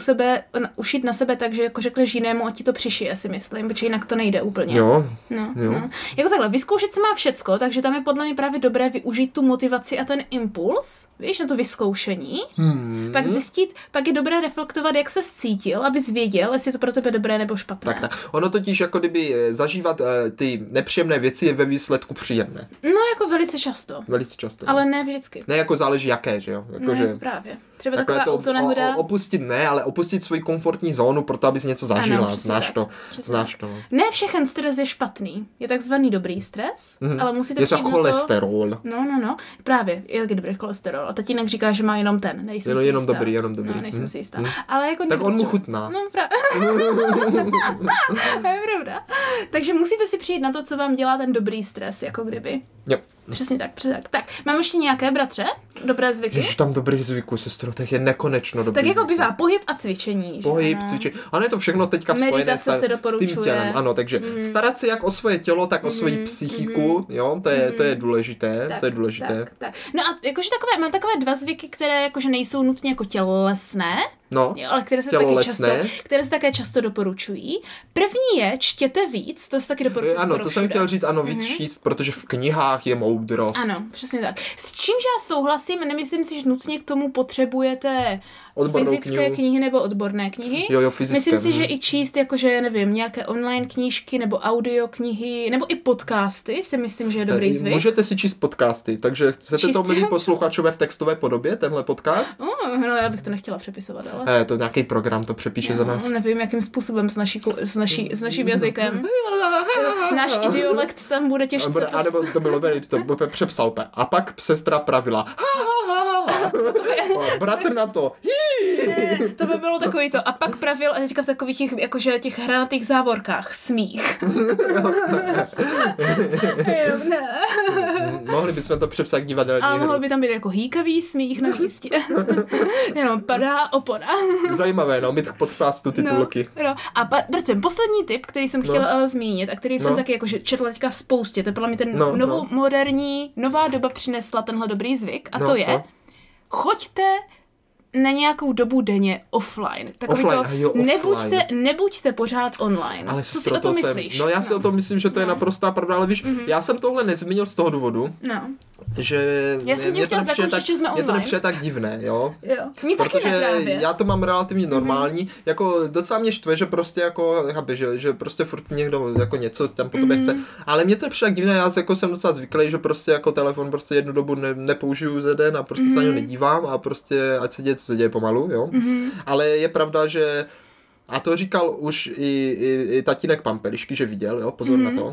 [SPEAKER 2] ušít na sebe tak, že jako řekneš jinému a ti to přišije, si myslím, protože jinak to nejde úplně.
[SPEAKER 1] Jo.
[SPEAKER 2] No. Jako takhle, vyzkoušet se má všecko, takže tam je podle mě právě dobré využít tu motivaci a ten impuls, víš, na to vyzkoušení. Pak zjistit, pak je dobré reflektovat, jak se cítil, abys věděl, jestli je to pro tebe dobré nebo špatné.
[SPEAKER 1] Tak. Ono totiž jako kdyby zažívat ty nepříjemné věci je ve výsledku příjemné.
[SPEAKER 2] No jako velice často. Ale ne vždycky.
[SPEAKER 1] Ne, jako záleží jaké, že jo? Jako, že
[SPEAKER 2] právě. Třeba taková autonehoda.
[SPEAKER 1] Opustit svoji komfortní zónu, proto abys něco zažila.
[SPEAKER 2] Ano,
[SPEAKER 1] znáš to.
[SPEAKER 2] Ne všechen stres je špatný. Je takzvaný dobrý stres, ale musíte
[SPEAKER 1] je to cholesterol.
[SPEAKER 2] No. Právě, je taky dobrý cholesterol. A tatínek říká, že má jenom ten. Nejsem si jistá.
[SPEAKER 1] Jenom dobrý.
[SPEAKER 2] No, nejsem si jistá. Ale jako
[SPEAKER 1] tak on mu chutná.
[SPEAKER 2] No, je pravda. Takže musíte si přijít na to, co vám dělá ten dobrý stres, jako kdyby.
[SPEAKER 1] Jo.
[SPEAKER 2] Přesně tak. Tak, mám ještě nějaké, bratře? Dobré zvyky?
[SPEAKER 1] Ježiš, tam dobrých zvyků, sestro, tak je nekonečno dobrý.
[SPEAKER 2] Tak jako bývá pohyb a cvičení.
[SPEAKER 1] Cvičení. Ano, je to všechno teďka spojené s tím tělem. Ano, takže starat se jak o svoje tělo, tak o svoji psychiku, jo, to je důležité.
[SPEAKER 2] Tak. No a jakože mám takové dva zvyky, které jakože nejsou nutně jako tělesné, jo, ale které se také často doporučují. První je čtěte víc, to se taky doporučuji.
[SPEAKER 1] Ano, to jsem chtěl říct, víc číst, protože v knihách je moudrost.
[SPEAKER 2] Ano, přesně tak. S čímž já souhlasím, nemyslím si, že nutně k tomu potřebujete fyzické knihy nebo odborné knihy.
[SPEAKER 1] Jo, fyzické.
[SPEAKER 2] Myslím si, že i číst jakože, nevím, nějaké online knížky nebo audio knihy, nebo i podcasty, si myslím, že je dobrý zvyk.
[SPEAKER 1] Můžete si číst podcasty, takže chcete to, milí posluchačové, v textové podobě, tenhle podcast?
[SPEAKER 2] No, já bych to nechtěla přepisovat, ale...
[SPEAKER 1] To nějaký program to přepíše za nás.
[SPEAKER 2] Nevím, jakým způsobem s naším jazykem. Náš idiolekt tam bude těžce.
[SPEAKER 1] A nebo to bylo to přepsal. A pak sestra pravila. Bratr na to.
[SPEAKER 2] To by bylo takový to. A pak pravil, a teďka v takových těch hranatých závorkách smích.
[SPEAKER 1] Mohli bychom to přepsat k divadelní hru.
[SPEAKER 2] Ale mohl by tam být jako hýkavý smích na místě. Jenom padá opona.
[SPEAKER 1] Zajímavé, mít k podcastu titulky.
[SPEAKER 2] A poslední tip, který jsem chtěla zmínit a který jsem taky jakože četla teďka v spoustě, to je podle mě ten nová doba přinesla tenhle dobrý zvyk a to je choďte na nějakou dobu denně offline. Nebuďte pořád online.
[SPEAKER 1] Ale
[SPEAKER 2] co si o tom myslíš?
[SPEAKER 1] Já si o tom myslím, že to je naprostá pravda, ale víš, já jsem tohle nezmínil z toho důvodu, že mě to nepřijde tak divné, jo? Protože já to mám relativně normální, jako docela mě štve, že prostě jako, že prostě furt někdo jako něco tam po tobě chce, ale mě to nepřijde tak divné, já jako jsem docela zvyklý, že prostě jako telefon prostě jednu dobu nepoužiju za den a prostě se na něj nedívám a prostě ať se děje, co se děje pomalu, jo? Ale je pravda, že a to říkal už i tatínek Pampelišky, že viděl, jo, pozor na to,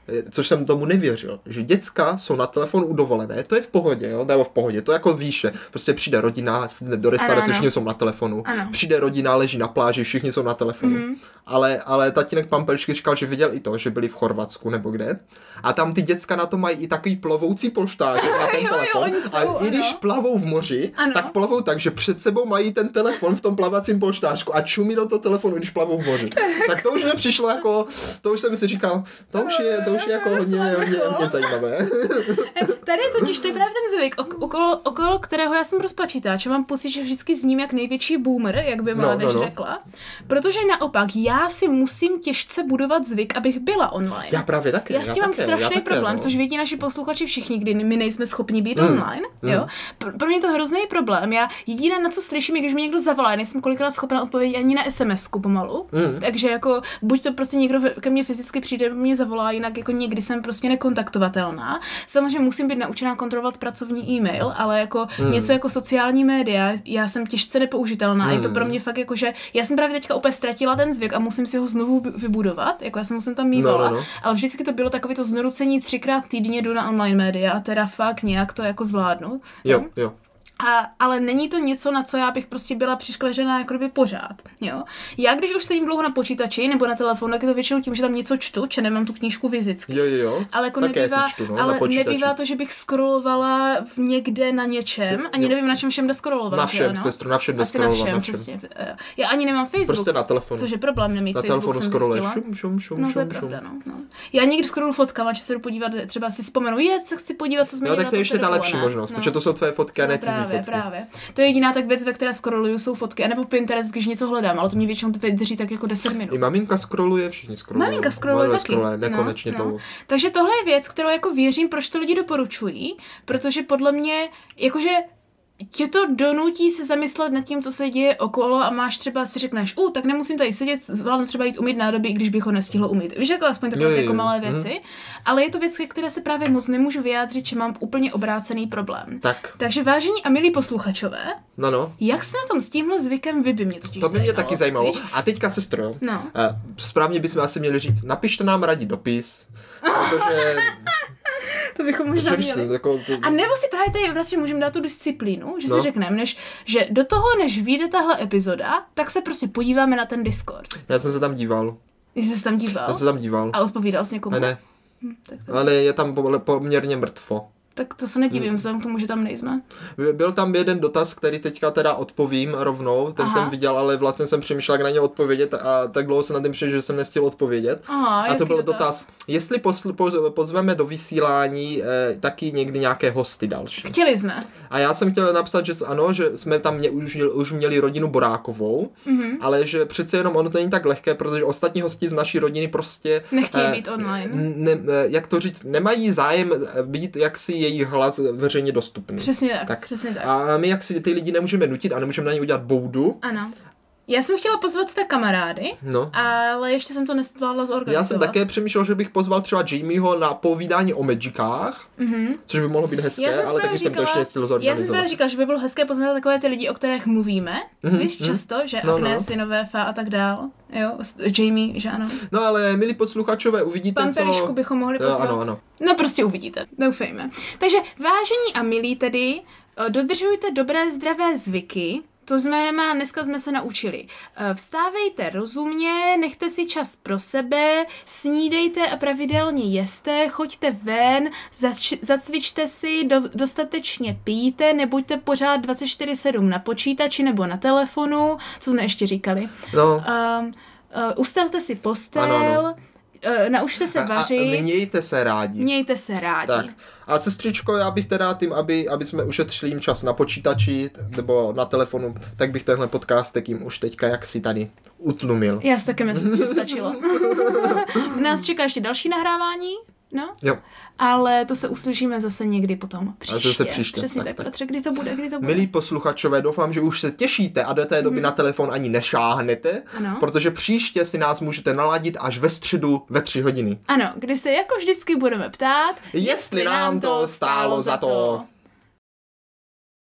[SPEAKER 1] což jsem tomu nevěřil, že děcka jsou na telefonu u dovolené, to je v pohodě, jo, nebo v pohodě, to jako víš, prostě přijde rodina, do restaurace, všichni jsou na telefonu, přijde rodina, leží na pláži, všichni jsou na telefonu, ale tatínek Pampelišky říkal, že viděl i to, že byli v Chorvatsku nebo kde, a tam ty děcka na to mají i takový plovoucí polštář na ten telefon, a i když plavou v moři, tak plavou tak, že před sebou mají ten telefon v tom plavacím polštářku a čumí do toho telefonu, když plavou v moři. Tak to už mi přišlo jako, to už jsem si říkal, to už je jako hodně zajímavé.
[SPEAKER 2] Tady totiž to je právě ten zvyk, okolo kterého já jsem rozpačitá, že mám pocit, že vždycky zním jak největší boomer, jak by mládež řekla. Protože naopak, já si musím těžce budovat zvyk, abych byla online.
[SPEAKER 1] Já právě taky.
[SPEAKER 2] Já s tím mám strašný problém, což vědí naši posluchači všichni, kdy my nejsme schopni být online. Jo? Pro mě je to hrozný problém. Já jediné, na co slyším, je, když mi někdo zavolá, nejsem kolikrát schopná odpovědět ani na SMS-ku pomalu. Takže jako buď to prostě někdo ke mně fyzicky přijde, mě zavolá, jinak jako někdy jsem prostě nekontaktovatelná. Samozřejmě musím být naučená kontrolovat pracovní e-mail, ale jako něco jako sociální média, já jsem těžce nepoužitelná. Je to pro mě fakt jako, že já jsem právě teďka úplně ztratila ten zvyk a musím si ho znovu vybudovat, jako já jsem tam mývala, ale vždycky to bylo takové to znucení 3x týdně jdu na online média a teda fakt nějak to jako zvládnu.
[SPEAKER 1] Jo.
[SPEAKER 2] Ale není to něco, na co já bych prostě byla přiškležená jako kdyby pořád, jo. Já když už sedím dlouho na počítači nebo na telefonu, tak je to většinou tím, že tam něco čtu, že nemám tu knížku fyzicky.
[SPEAKER 1] Jo.
[SPEAKER 2] Ale jako
[SPEAKER 1] také
[SPEAKER 2] nebývá to, že bych scrollovala někde na něčem, ani nevím, na čem všem jde scrollovat.
[SPEAKER 1] Na všem, sestro, na všem jde scrollovat.
[SPEAKER 2] Asi na všem, přesně. Já ani nemám Facebook.
[SPEAKER 1] Prostě na telefonu.
[SPEAKER 2] Což je problém nemít
[SPEAKER 1] na
[SPEAKER 2] Facebook,
[SPEAKER 1] jsem zjistila. No,
[SPEAKER 2] to je pravda, no. Já někdy scrolluju fotkama, že se jdu podívat, třeba si vzpomenu, se chci podívat, co jsme
[SPEAKER 1] měli na tom telefonu. Tak to je ještě ta lepší možnost, protože to jsou tvoje fotky a ne cizí fotky.
[SPEAKER 2] Právě. To je jediná tak věc, ve které scrolluju, jsou fotky, anebo Pinterest, když něco hledám, ale to mě většinou vydrží tak jako 10 minut.
[SPEAKER 1] I maminka scrolluje, všichni scrollují.
[SPEAKER 2] Maminka scrolluje taky.
[SPEAKER 1] Nekonečně dlouho.
[SPEAKER 2] Takže tohle je věc, kterou jako věřím, proč to lidi doporučují, protože podle mě, jakože tě to donutí se zamyslet nad tím, co se děje okolo a máš třeba si řekneš, tak nemusím tady sedět, zvládnu třeba jít umýt nádobí, i když bych ho nestihl umýt. Víš, jako aspoň takové jako malé věci, ale je to věc, které se právě moc nemůžu vyjádřit, že mám úplně obrácený problém. Takže vážení a milí posluchačové, jak se na tom s tímhle zvykem vy by mě totiž
[SPEAKER 1] to by mě taky zajímalo. Víš? A teďka, sestro, správně bychom asi měli říct, napište nám rádi dopis, protože
[SPEAKER 2] to bychom možná měli. A nebo si právě tady vlastně můžeme dát tu disciplínu, že si řekneme, že do toho, než vyjde tahle epizoda, tak se prostě podíváme na ten Discord.
[SPEAKER 1] Já jsem se tam díval.
[SPEAKER 2] Jsi se tam díval?
[SPEAKER 1] Já jsem tam díval.
[SPEAKER 2] A odpovídal jsi někomu?
[SPEAKER 1] Ne. Ale je tam poměrně mrtvo.
[SPEAKER 2] Tak to se nedivím, vzhledem k tomu, že tam nejsme.
[SPEAKER 1] Byl tam jeden dotaz, který teďka teda odpovím rovnou, ten jsem viděl, ale vlastně jsem přemýšlel, jak na ně odpovědět a tak dlouho se na tím že jsem nestihl odpovědět. A to byl dotaz, jestli pozveme do vysílání taky někdy nějaké hosty další.
[SPEAKER 2] Chtěli jsme.
[SPEAKER 1] A já jsem chtěl napsat, že ano, že jsme tam už měli rodinu Borákovou, ale že přece jenom ono to není tak lehké, protože ostatní hosti z naší rodiny prostě
[SPEAKER 2] nechtějí být online.
[SPEAKER 1] Jak to říct, nemají zájem být jaksi jejich hlas veřejně dostupný.
[SPEAKER 2] Přesně tak.
[SPEAKER 1] A my jak si ty lidi nemůžeme nutit a nemůžeme na ně udělat boudu.
[SPEAKER 2] Ano. Já jsem chtěla pozvat své kamarády, ale ještě jsem to nezvládla zorganizovat.
[SPEAKER 1] Já jsem také přemýšlel, že bych pozval třeba Jamieho na povídání o Magicách, což by mohlo být hezké, ale taky jsem to ještě nestihl zorganizovat.
[SPEAKER 2] Já jsem právě říkala, že by bylo hezké poznat takové ty lidi, o kterých mluvíme, víš, často, že Agnes, synové, Fa a tak dál. Jo, Jamie, že ano.
[SPEAKER 1] No ale milí posluchačové, uvidíte,
[SPEAKER 2] Pampelišku bychom mohli pozvat.
[SPEAKER 1] Ano.
[SPEAKER 2] No prostě uvidíte, doufejme. Takže vážení a milí tedy, dodržujte dobré zdravé zvyky. To znamená, dneska jsme se naučili. Vstávejte rozumně, nechte si čas pro sebe, snídejte a pravidelně jeste, choďte ven, zacvičte si, dostatečně pijte, nebuďte pořád 24/7 na počítači nebo na telefonu, co jsme ještě říkali. Ustavte si postel, ano. Naučte se vařit.
[SPEAKER 1] A mějte se rádi.
[SPEAKER 2] Mějte se rádi.
[SPEAKER 1] Tak. A sestřičko, já bych teda tím, aby jsme ušetřili jim čas na počítači nebo na telefonu, tak bych tenhle podcastek jim už teďka jaksi tady utlumil.
[SPEAKER 2] Já si taky myslím, že stačilo. Nás čeká ještě další nahrávání,
[SPEAKER 1] Jo.
[SPEAKER 2] Ale to se uslyšíme zase někdy potom příště.
[SPEAKER 1] A zase příště.
[SPEAKER 2] Přesně tak. Petře, kdy to bude?
[SPEAKER 1] Milí posluchačové, doufám, že už se těšíte a do té doby na telefon ani nešáhnete, protože příště si nás můžete naladit až ve středu ve 3 hodiny.
[SPEAKER 2] Ano, kdy se jako vždycky budeme ptát,
[SPEAKER 1] jestli nám to stálo za to.